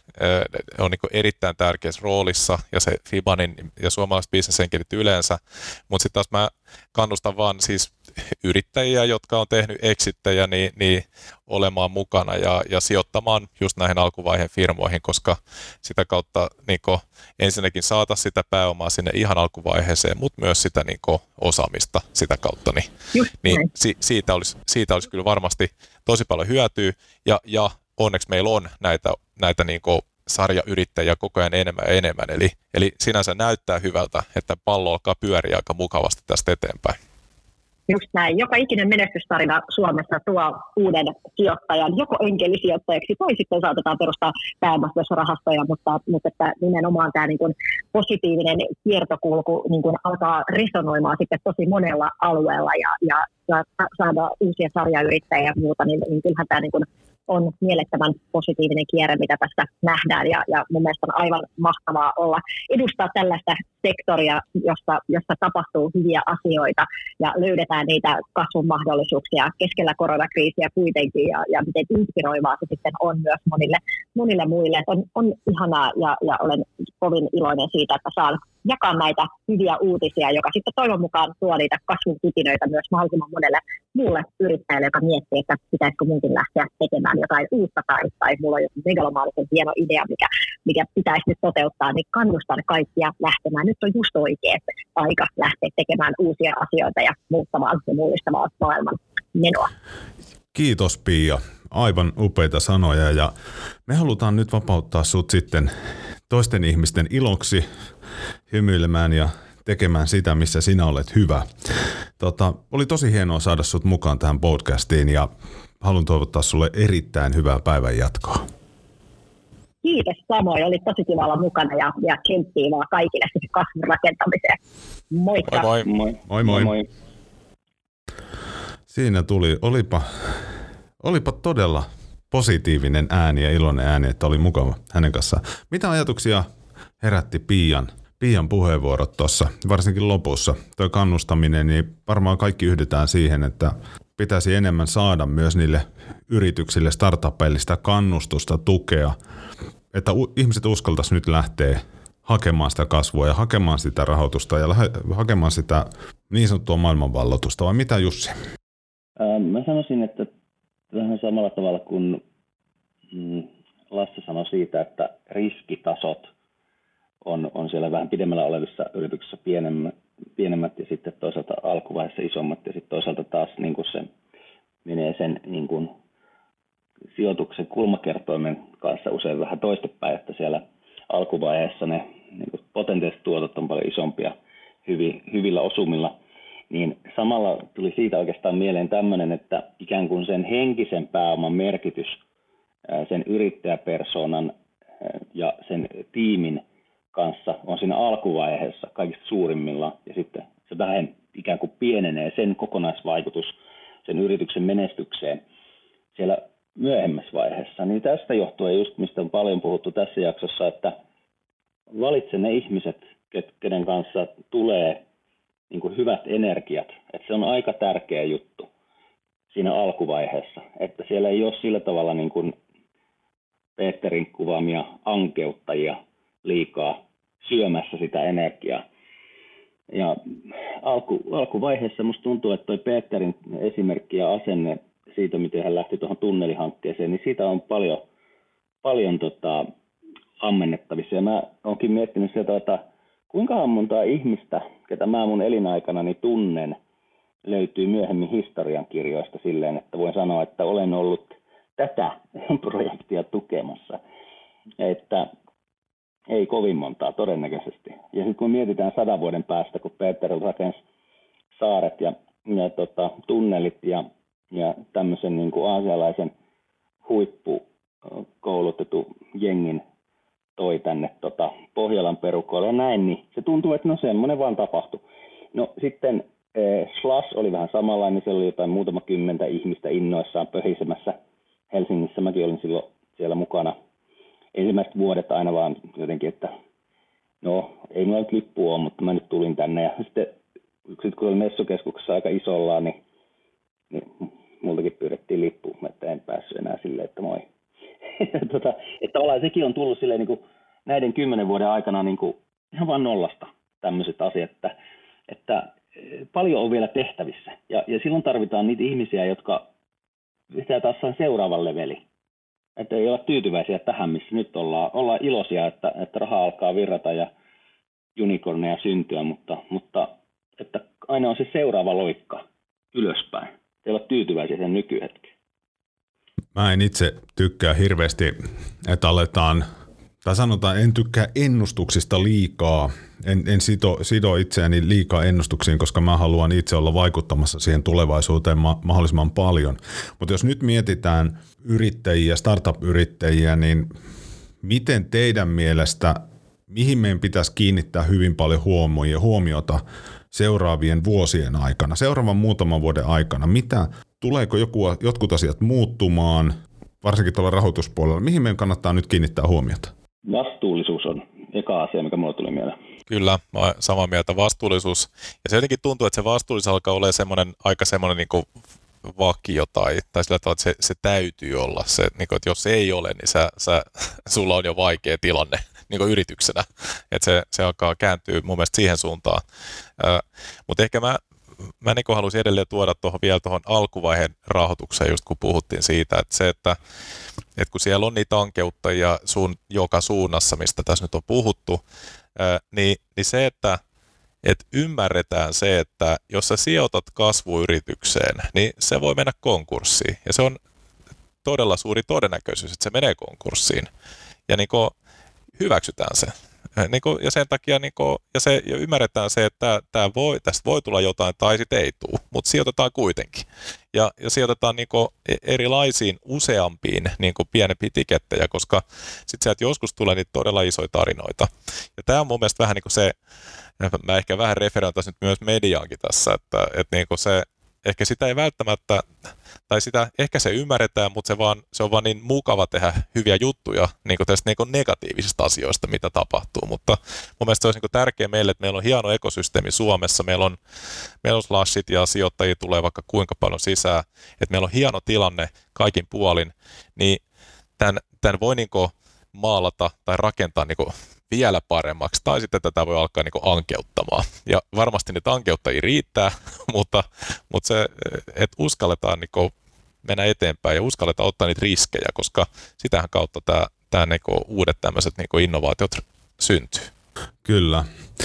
on niin kuin erittäin tärkeässä roolissa ja se Fibanin ja suomalaiset bisnesenkelit yleensä, mutta sitten taas mä kannustan vaan siis yrittäjiä, jotka on tehnyt exittejä, niin, niin olemaan mukana ja, ja sijoittamaan just näihin alkuvaiheen firmoihin, koska sitä kautta niin kuin, ensinnäkin saataisiin sitä pääomaa sinne ihan alkuvaiheeseen, mutta myös sitä niin kuin, osaamista sitä kautta. Niin, niin si, siitä, olisi, siitä olisi kyllä varmasti tosi paljon hyötyä ja, ja onneksi meillä on näitä, näitä niin kuin, sarjayrittäjiä koko ajan enemmän ja enemmän. Eli, eli sinänsä näyttää hyvältä, että pallo alkaa pyöriä aika mukavasti tästä eteenpäin. Just näin. Joka ikinen menestystarina Suomessa tuo uuden sijoittajan, joko enkelisijoittajaksi tai sitten saatetaan perustaa pääomastorahastoja, mutta, mutta että nimenomaan tämä niin kuin positiivinen kiertokulku niin kuin alkaa resonoimaan sitten tosi monella alueella ja, ja, ja saada uusia sarjayrittäjiä ja muuta, niin, niin kyllähän tämä niin kuin on mielettömän positiivinen kierre, mitä tässä nähdään, ja, ja mun mielestä on aivan mahtavaa olla edustaa tällaista sektoria, jossa, jossa tapahtuu hyviä asioita ja löydetään niitä kasvun mahdollisuuksia keskellä koronakriisiä kuitenkin, ja, ja miten inspiroivaa se sitten on myös monille, monille muille. On, on ihanaa, ja, ja olen kovin iloinen siitä, että saan jakaa näitä hyviä uutisia, joka sitten toivon mukaan tuo niitä kasvun kipinöitä myös mahdollisimman monelle muulle yrittäjälle, joka miettii, että pitäisikö munkin lähteä tekemään jotain uutta tai, tai mulla on joku megalomaalisen hieno idea, mikä, mikä pitäisi nyt toteuttaa, niin kannustan kaikkia lähtemään. Nyt on just oikea aika lähteä tekemään uusia asioita ja muuttamaan ja mullistamaan maailman menoa. Kiitos Pia. Aivan upeita sanoja ja me halutaan nyt vapauttaa sut sitten toisten ihmisten iloksi hymyilemään ja tekemään sitä, missä sinä olet hyvä. Tota, oli tosi hienoa saada sut mukaan tähän podcastiin ja haluan toivottaa sulle erittäin hyvää päivän jatkoa. Kiitos samoin, oli tosi kiva olla mukana ja, ja tsemppiä vaan kaikille sitten kasvun rakentamiseen. Moikka! Moi moi! Moi moi! moi. moi. Siinä tuli, olipa, olipa todella positiivinen ääni ja iloinen ääni, että oli mukava hänen kanssaan. Mitä ajatuksia herätti Pian, Pian puheenvuorot tuossa, varsinkin lopussa? Tuo kannustaminen, niin varmaan kaikki yhdetään siihen, että pitäisi enemmän saada myös niille yrityksille, startupeille sitä kannustusta, tukea, että u- ihmiset uskaltaisi nyt lähteä hakemaan sitä kasvua ja hakemaan sitä rahoitusta ja lähe- hakemaan sitä niin sanottua maailmanvalloitusta, vai mitä Jussi? Ää, mä sanoisin, että vähän samalla tavalla kuin mm, Lasse sanoi siitä, että riskitasot on, on siellä vähän pidemmällä olevissa yrityksissä pienemmät, pienemmät ja sitten toisaalta alkuvaiheessa isommat ja sitten toisaalta taas niin kuin se menee sen niin kuin sijoituksen kulmakertoimen kanssa usein vähän toistepäin, että siellä alkuvaiheessa ne niin kuin potentiaaliset tuotot on paljon isompia hyvi, hyvillä osumilla, niin samalla tuli siitä oikeastaan mieleen tämmöinen, että ikään kuin sen henkisen pääoman merkitys sen yrittäjäpersonan ja sen tiimin kanssa on siinä alkuvaiheessa kaikista suurimmillaan, ja sitten se vähän ikään kuin pienenee sen kokonaisvaikutus sen yrityksen menestykseen siellä myöhemmässä vaiheessa. Niin tästä johtuen just, mistä on paljon puhuttu tässä jaksossa, että valitse ne ihmiset, kenen kanssa tulee niin kuin hyvät energiat. Että se on aika tärkeä juttu siinä alkuvaiheessa, että siellä ei ole sillä tavalla niin kuin Peterin kuvaamia ankeuttajia liikaa syömässä sitä energiaa. Ja alku, alkuvaiheessa musta tuntuu, että toi Peterin esimerkki ja asenne siitä, miten hän lähti tuohon tunnelihankkeeseen, niin siitä on paljon, paljon tota, ammennettavissa. Ja mä oonkin miettinyt sieltä, että kuinka montaa ihmistä, ketä mä mun elinaikanani tunnen, löytyy myöhemmin historiankirjoista silleen, että voin sanoa, että olen ollut tätä projektia tukemassa. Että ei kovin montaa todennäköisesti. Ja sitten kun mietitään sadan vuoden päästä, kun Peter rakensi saaret ja, ja tota, tunnelit ja, ja tämmöisen niin kuin aasialaisen huippukoulutetun jengin toi tänne tota, Pohjolan perukoille ja näin, niin se tuntuu, että no semmoinen vaan tapahtui. No sitten eh, Slash oli vähän samanlainen, se oli jotain muutama kymmentä ihmistä innoissaan pöhisemässä Helsingissä. Mäkin olin silloin siellä mukana. Ensimmäiset vuodet aina vaan jotenkin, että no ei mulla nyt lippua ole, mutta mä nyt tulin tänne. Ja sitten sit kun oli messukeskuksessa aika isollaan, niin, niin multakin pyydettiin lippu, että en päässyt enää silleen, että moi. tota, että tavallaan sekin on tullut silleen niin kuin näiden kymmenen vuoden aikana niin kuin ihan vaan nollasta tämmöiset asiat, että, että paljon on vielä tehtävissä. Ja, ja silloin tarvitaan niitä ihmisiä, jotka pitää taas seuraavan leveli. Että ei olla tyytyväisiä tähän, missä nyt ollaan. Ollaan iloisia, että, että raha alkaa virrata ja unicorneja syntyä, mutta, mutta että aina on se seuraava loikka ylöspäin. Ei olla tyytyväisiä sen nykyhetkeen. Mä en itse tykkää hirveästi, että aletaan, tai sanotaan, en tykkää ennustuksista liikaa. En, en sido, sido itseäni liikaa ennustuksiin, koska mä haluan itse olla vaikuttamassa siihen tulevaisuuteen ma- mahdollisimman paljon. Mutta jos nyt mietitään yrittäjiä, startup-yrittäjiä, niin miten teidän mielestä, mihin meidän pitäisi kiinnittää hyvin paljon huomiota seuraavien vuosien aikana, seuraavan muutaman vuoden aikana? Mitä, tuleeko joku, jotkut asiat muuttumaan, varsinkin tuolla rahoituspuolella? Mihin meidän kannattaa nyt kiinnittää huomiota? Vastuullisuus on eka asia, mikä mulle tuli mieleen. Kyllä, mä olen samaa mieltä, vastuullisuus. Ja se jotenkin tuntuu, että se vastuullisuus alkaa olla semmoinen, aika semmoinen niin kuin vakio tai, tai sillä tavalla, että se, se täytyy olla. Se, niin kuin, että jos se ei ole, niin sä, sä, sulla on jo vaikea tilanne niin kuin yrityksenä. Että se, se alkaa kääntyä mun mielestä siihen suuntaan. Äh, mutta ehkä mä, mä niin kuin haluaisin edelleen tuoda tuohon vielä tuohon alkuvaiheen rahoitukseen, just kun puhuttiin siitä, että se, että että kun siellä on niitä ankeuttajia sun joka suunnassa, mistä tässä nyt on puhuttu, ää, niin, niin se, että et ymmärretään se, että jos sä sijoitat kasvuyritykseen, niin se voi mennä konkurssiin. Ja se on todella suuri todennäköisyys, että se menee konkurssiin. Ja niin kuin hyväksytään se. Niin kuin, ja sen takia niin kuin, ja se, ja ymmärretään se, että tää voi, tästä voi tulla jotain tai sitten ei tule, mutta sijoitetaan kuitenkin. Ja, ja sijoitetaan niin kuin erilaisiin useampiin niin kuin pienempiä tikettejä, koska sitten sieltä joskus tulee niitä todella isoja tarinoita. Ja tämä on mun mielestä vähän niin kuin se, mä ehkä vähän referointaisin nyt myös mediaankin tässä, että, että niin kuin se, ehkä sitä ei välttämättä, tai sitä ehkä se ymmärretään, mutta se, vaan, se on vaan niin mukava tehdä hyviä juttuja niin kuin tästä niin kuin negatiivisista asioista, mitä tapahtuu. Mutta mun mielestä se olisi niin kuin tärkeää meille, että meillä on hieno ekosysteemi Suomessa, meillä on, meillä on slashit ja sijoittajia tulee vaikka kuinka paljon sisään, että meillä on hieno tilanne kaikin puolin, niin tämän, tämän voi niin kuin maalata tai rakentaa niin kuin vielä paremmaksi, tai sitten tätä voi alkaa niin kuin ankeuttamaan. Ja varmasti niitä ankeuttajia riittää, mutta, mutta se, että uskalletaan niin kuin mennä eteenpäin ja uskalletaan ottaa niitä riskejä, koska sitähän kautta tämä, tämä niin kuin uudet tämmöiset niin kuin innovaatiot syntyy. Kyllä.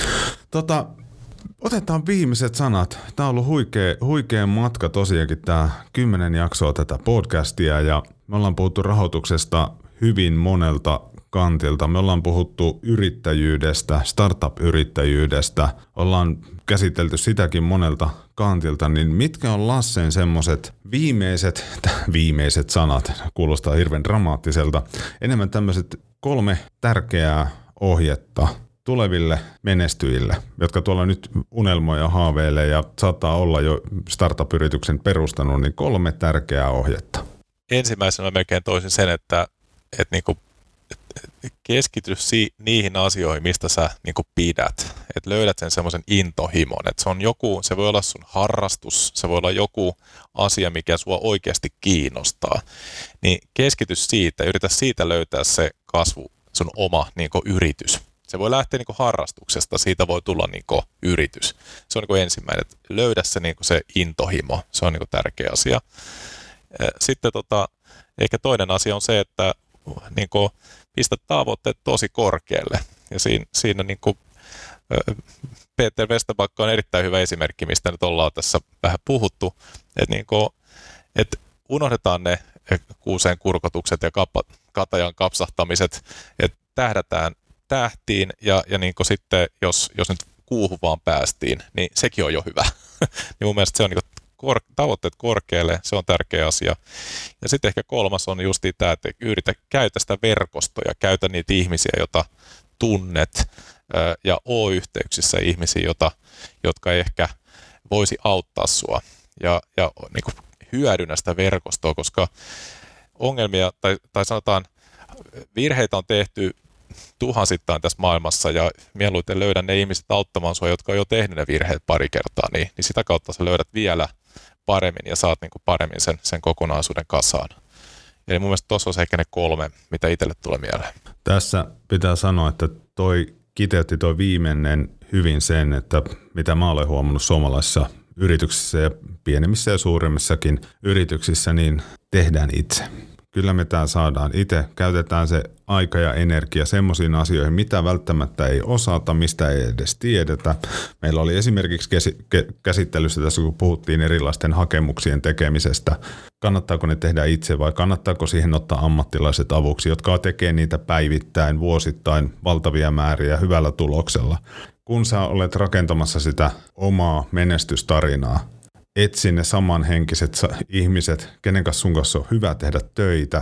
Tota, otetaan viimeiset sanat. Tämä on ollut huikea, huikea matka tosiaankin tämä kymmenen jaksoa tätä podcastia, ja me ollaan puhuttu rahoituksesta hyvin monelta kantilta. Me ollaan puhuttu yrittäjyydestä, startup-yrittäjyydestä, ollaan käsitelty sitäkin monelta kantilta, niin mitkä on Lassen semmoiset viimeiset, viimeiset sanat, kuulostaa hirveän dramaattiselta, enemmän tämmöiset kolme tärkeää ohjetta tuleville menestyjille, jotka tuolla nyt unelmoja haaveilee ja saattaa olla jo startup-yrityksen perustanut, niin kolme tärkeää ohjetta. Ensimmäisenä melkein toisin sen, että, että niinku keskity si- niihin asioihin, mistä sä niin kuin pidät. Että löydät sen semmoisen intohimon. Että se on joku, se voi olla sun harrastus, se voi olla joku asia, mikä sua oikeasti kiinnostaa. Niin keskity siitä, yritä siitä löytää se kasvu, sun oma niin kuin yritys. Se voi lähteä niin kuin harrastuksesta, siitä voi tulla niin kuin yritys. Se on niin kuin ensimmäinen, että löydä se, niin kuin se intohimo, se on niin kuin tärkeä asia. Sitten tota, ehkä toinen asia on se, että niin kuin pistä tavoitteet tosi korkealle ja siinä, siinä niin kuin, Peter Vesterbacka on erittäin hyvä esimerkki, mistä nyt ollaan tässä vähän puhuttu, että niin kuin, että unohdetaan ne kuuseen kurkotukset ja kap- katajan kapsahtamiset, että tähdätään tähtiin ja, ja niin kuin sitten, jos, jos nyt kuuhun vaan päästiin, niin sekin on jo hyvä. Niin mun mielestä se on niin kuin kor- tavoitteet korkealle, se on tärkeä asia. Ja sitten ehkä kolmas on just tämä, että yritä käytä sitä verkostoja, käytä niitä ihmisiä, joita tunnet ja oo yhteyksissä ihmisiä, jota, jotka ehkä voisi auttaa sua ja, ja niin kuin hyödynnä sitä verkostoa, koska ongelmia tai, tai sanotaan virheitä on tehty tuhansittain tässä maailmassa ja mieluiten löydän ne ihmiset auttamaan sua, jotka on jo tehnyt ne virheet pari kertaa, niin, niin sitä kautta sä löydät vielä paremmin ja saat niin kuin paremmin sen, sen kokonaisuuden kasaan. Eli mun mielestä tuossa on ehkä ne kolme, mitä itselle tulee mieleen. Tässä pitää sanoa, että toi kiteytti toi viimeinen hyvin sen, että mitä mä olen huomannut suomalaisissa yrityksissä ja pienemmissä ja suuremmissakin yrityksissä, niin tehdään itse. Kyllä me tämä saadaan itse. Käytetään se aika ja energia semmoisiin asioihin, mitä välttämättä ei osata, mistä ei edes tiedetä. Meillä oli esimerkiksi käsittelyssä tässä, kun puhuttiin erilaisten hakemuksien tekemisestä. Kannattaako ne tehdä itse vai kannattaako siihen ottaa ammattilaiset avuksi, jotka tekee niitä päivittäin, vuosittain, valtavia määriä hyvällä tuloksella. Kun sä olet rakentamassa sitä omaa menestystarinaa, etsi ne samanhenkiset ihmiset, kenen kanssa sun kanssa on hyvä tehdä töitä,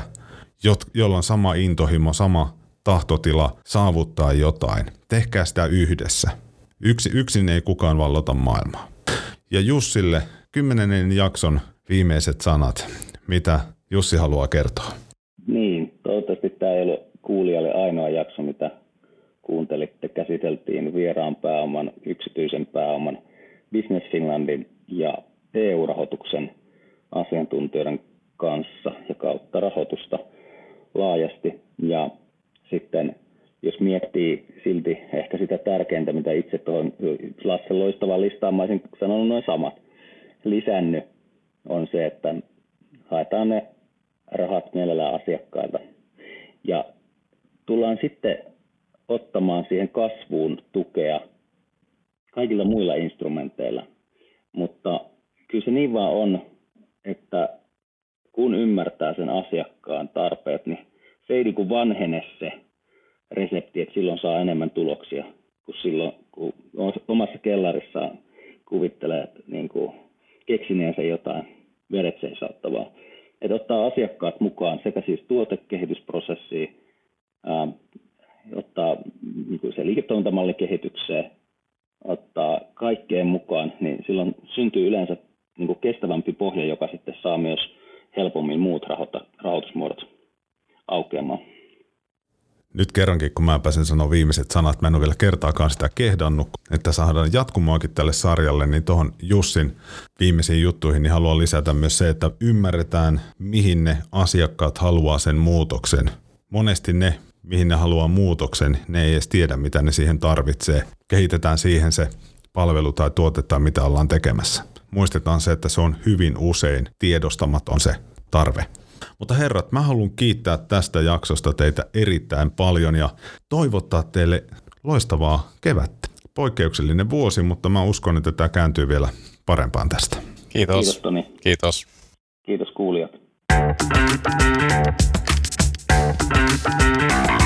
jolla on sama intohimo, sama tahtotila saavuttaa jotain. Tehkää sitä yhdessä. Yksi, yksin ei kukaan vallota maailmaa. Ja Jussille kymmenennen jakson viimeiset sanat. Mitä Jussi haluaa kertoa? Niin, toivottavasti tämä ei ole kuulijalle ainoa jakso, mitä kuuntelitte. Käsiteltiin vieraan pääoman, yksityisen pääoman, Business Finlandin ja E U-rahoituksen asiantuntijoiden kanssa ja kautta rahoitusta laajasti. Ja sitten jos miettii silti ehkä sitä tärkeintä, mitä itse tuohon Lassen loistavaan listaan mä olisin sanonut noin samat, lisännyt, on se, että haetaan ne rahat mielellään asiakkailta. Ja tullaan sitten ottamaan siihen kasvuun tukea kaikilla muilla instrumenteilla. Mutta kyllä se niin vaan on, että kun ymmärtää sen asiakkaan tarpeet, niin se ei niin kuin vanhene se resepti, että silloin saa enemmän tuloksia kuin silloin, kun omassa kellarissaan kuvittelee niin kuin keksineensä jotain veret seisauttavaa. Että ottaa asiakkaat mukaan sekä siis tuotekehitysprosessiin, ää, ottaa niin kuin se liiketoimintamallin kehitykseen, ottaa kaikkeen mukaan, niin silloin syntyy yleensä niin kuin kestävämpi pohja, joka sitten saa myös helpommin muut rahoita, rahoitusmuodot aukeamaan. Nyt kerrankin, kun mä pääsen sanoa viimeiset sanat, mä en ole vielä kertaakaan sitä kehdannut, että saadaan jatkumoakin tälle sarjalle, niin tuohon Jussin viimeisiin juttuihin niin haluan lisätä myös se, että ymmärretään, mihin ne asiakkaat haluaa sen muutoksen. Monesti ne, mihin ne haluaa muutoksen, ne ei edes tiedä, mitä ne siihen tarvitsee. Kehitetään siihen se palvelu tai tuote tai mitä ollaan tekemässä. Muistetaan se, että se on hyvin usein tiedostamaton se tarve. Mutta herrat, mä haluan kiittää tästä jaksosta teitä erittäin paljon ja toivottaa teille loistavaa kevättä. Poikkeuksellinen vuosi, mutta mä uskon, että tämä kääntyy vielä parempaan tästä. Kiitos. Kiitos, Toni. Kiitos. Kiitos kuulijat.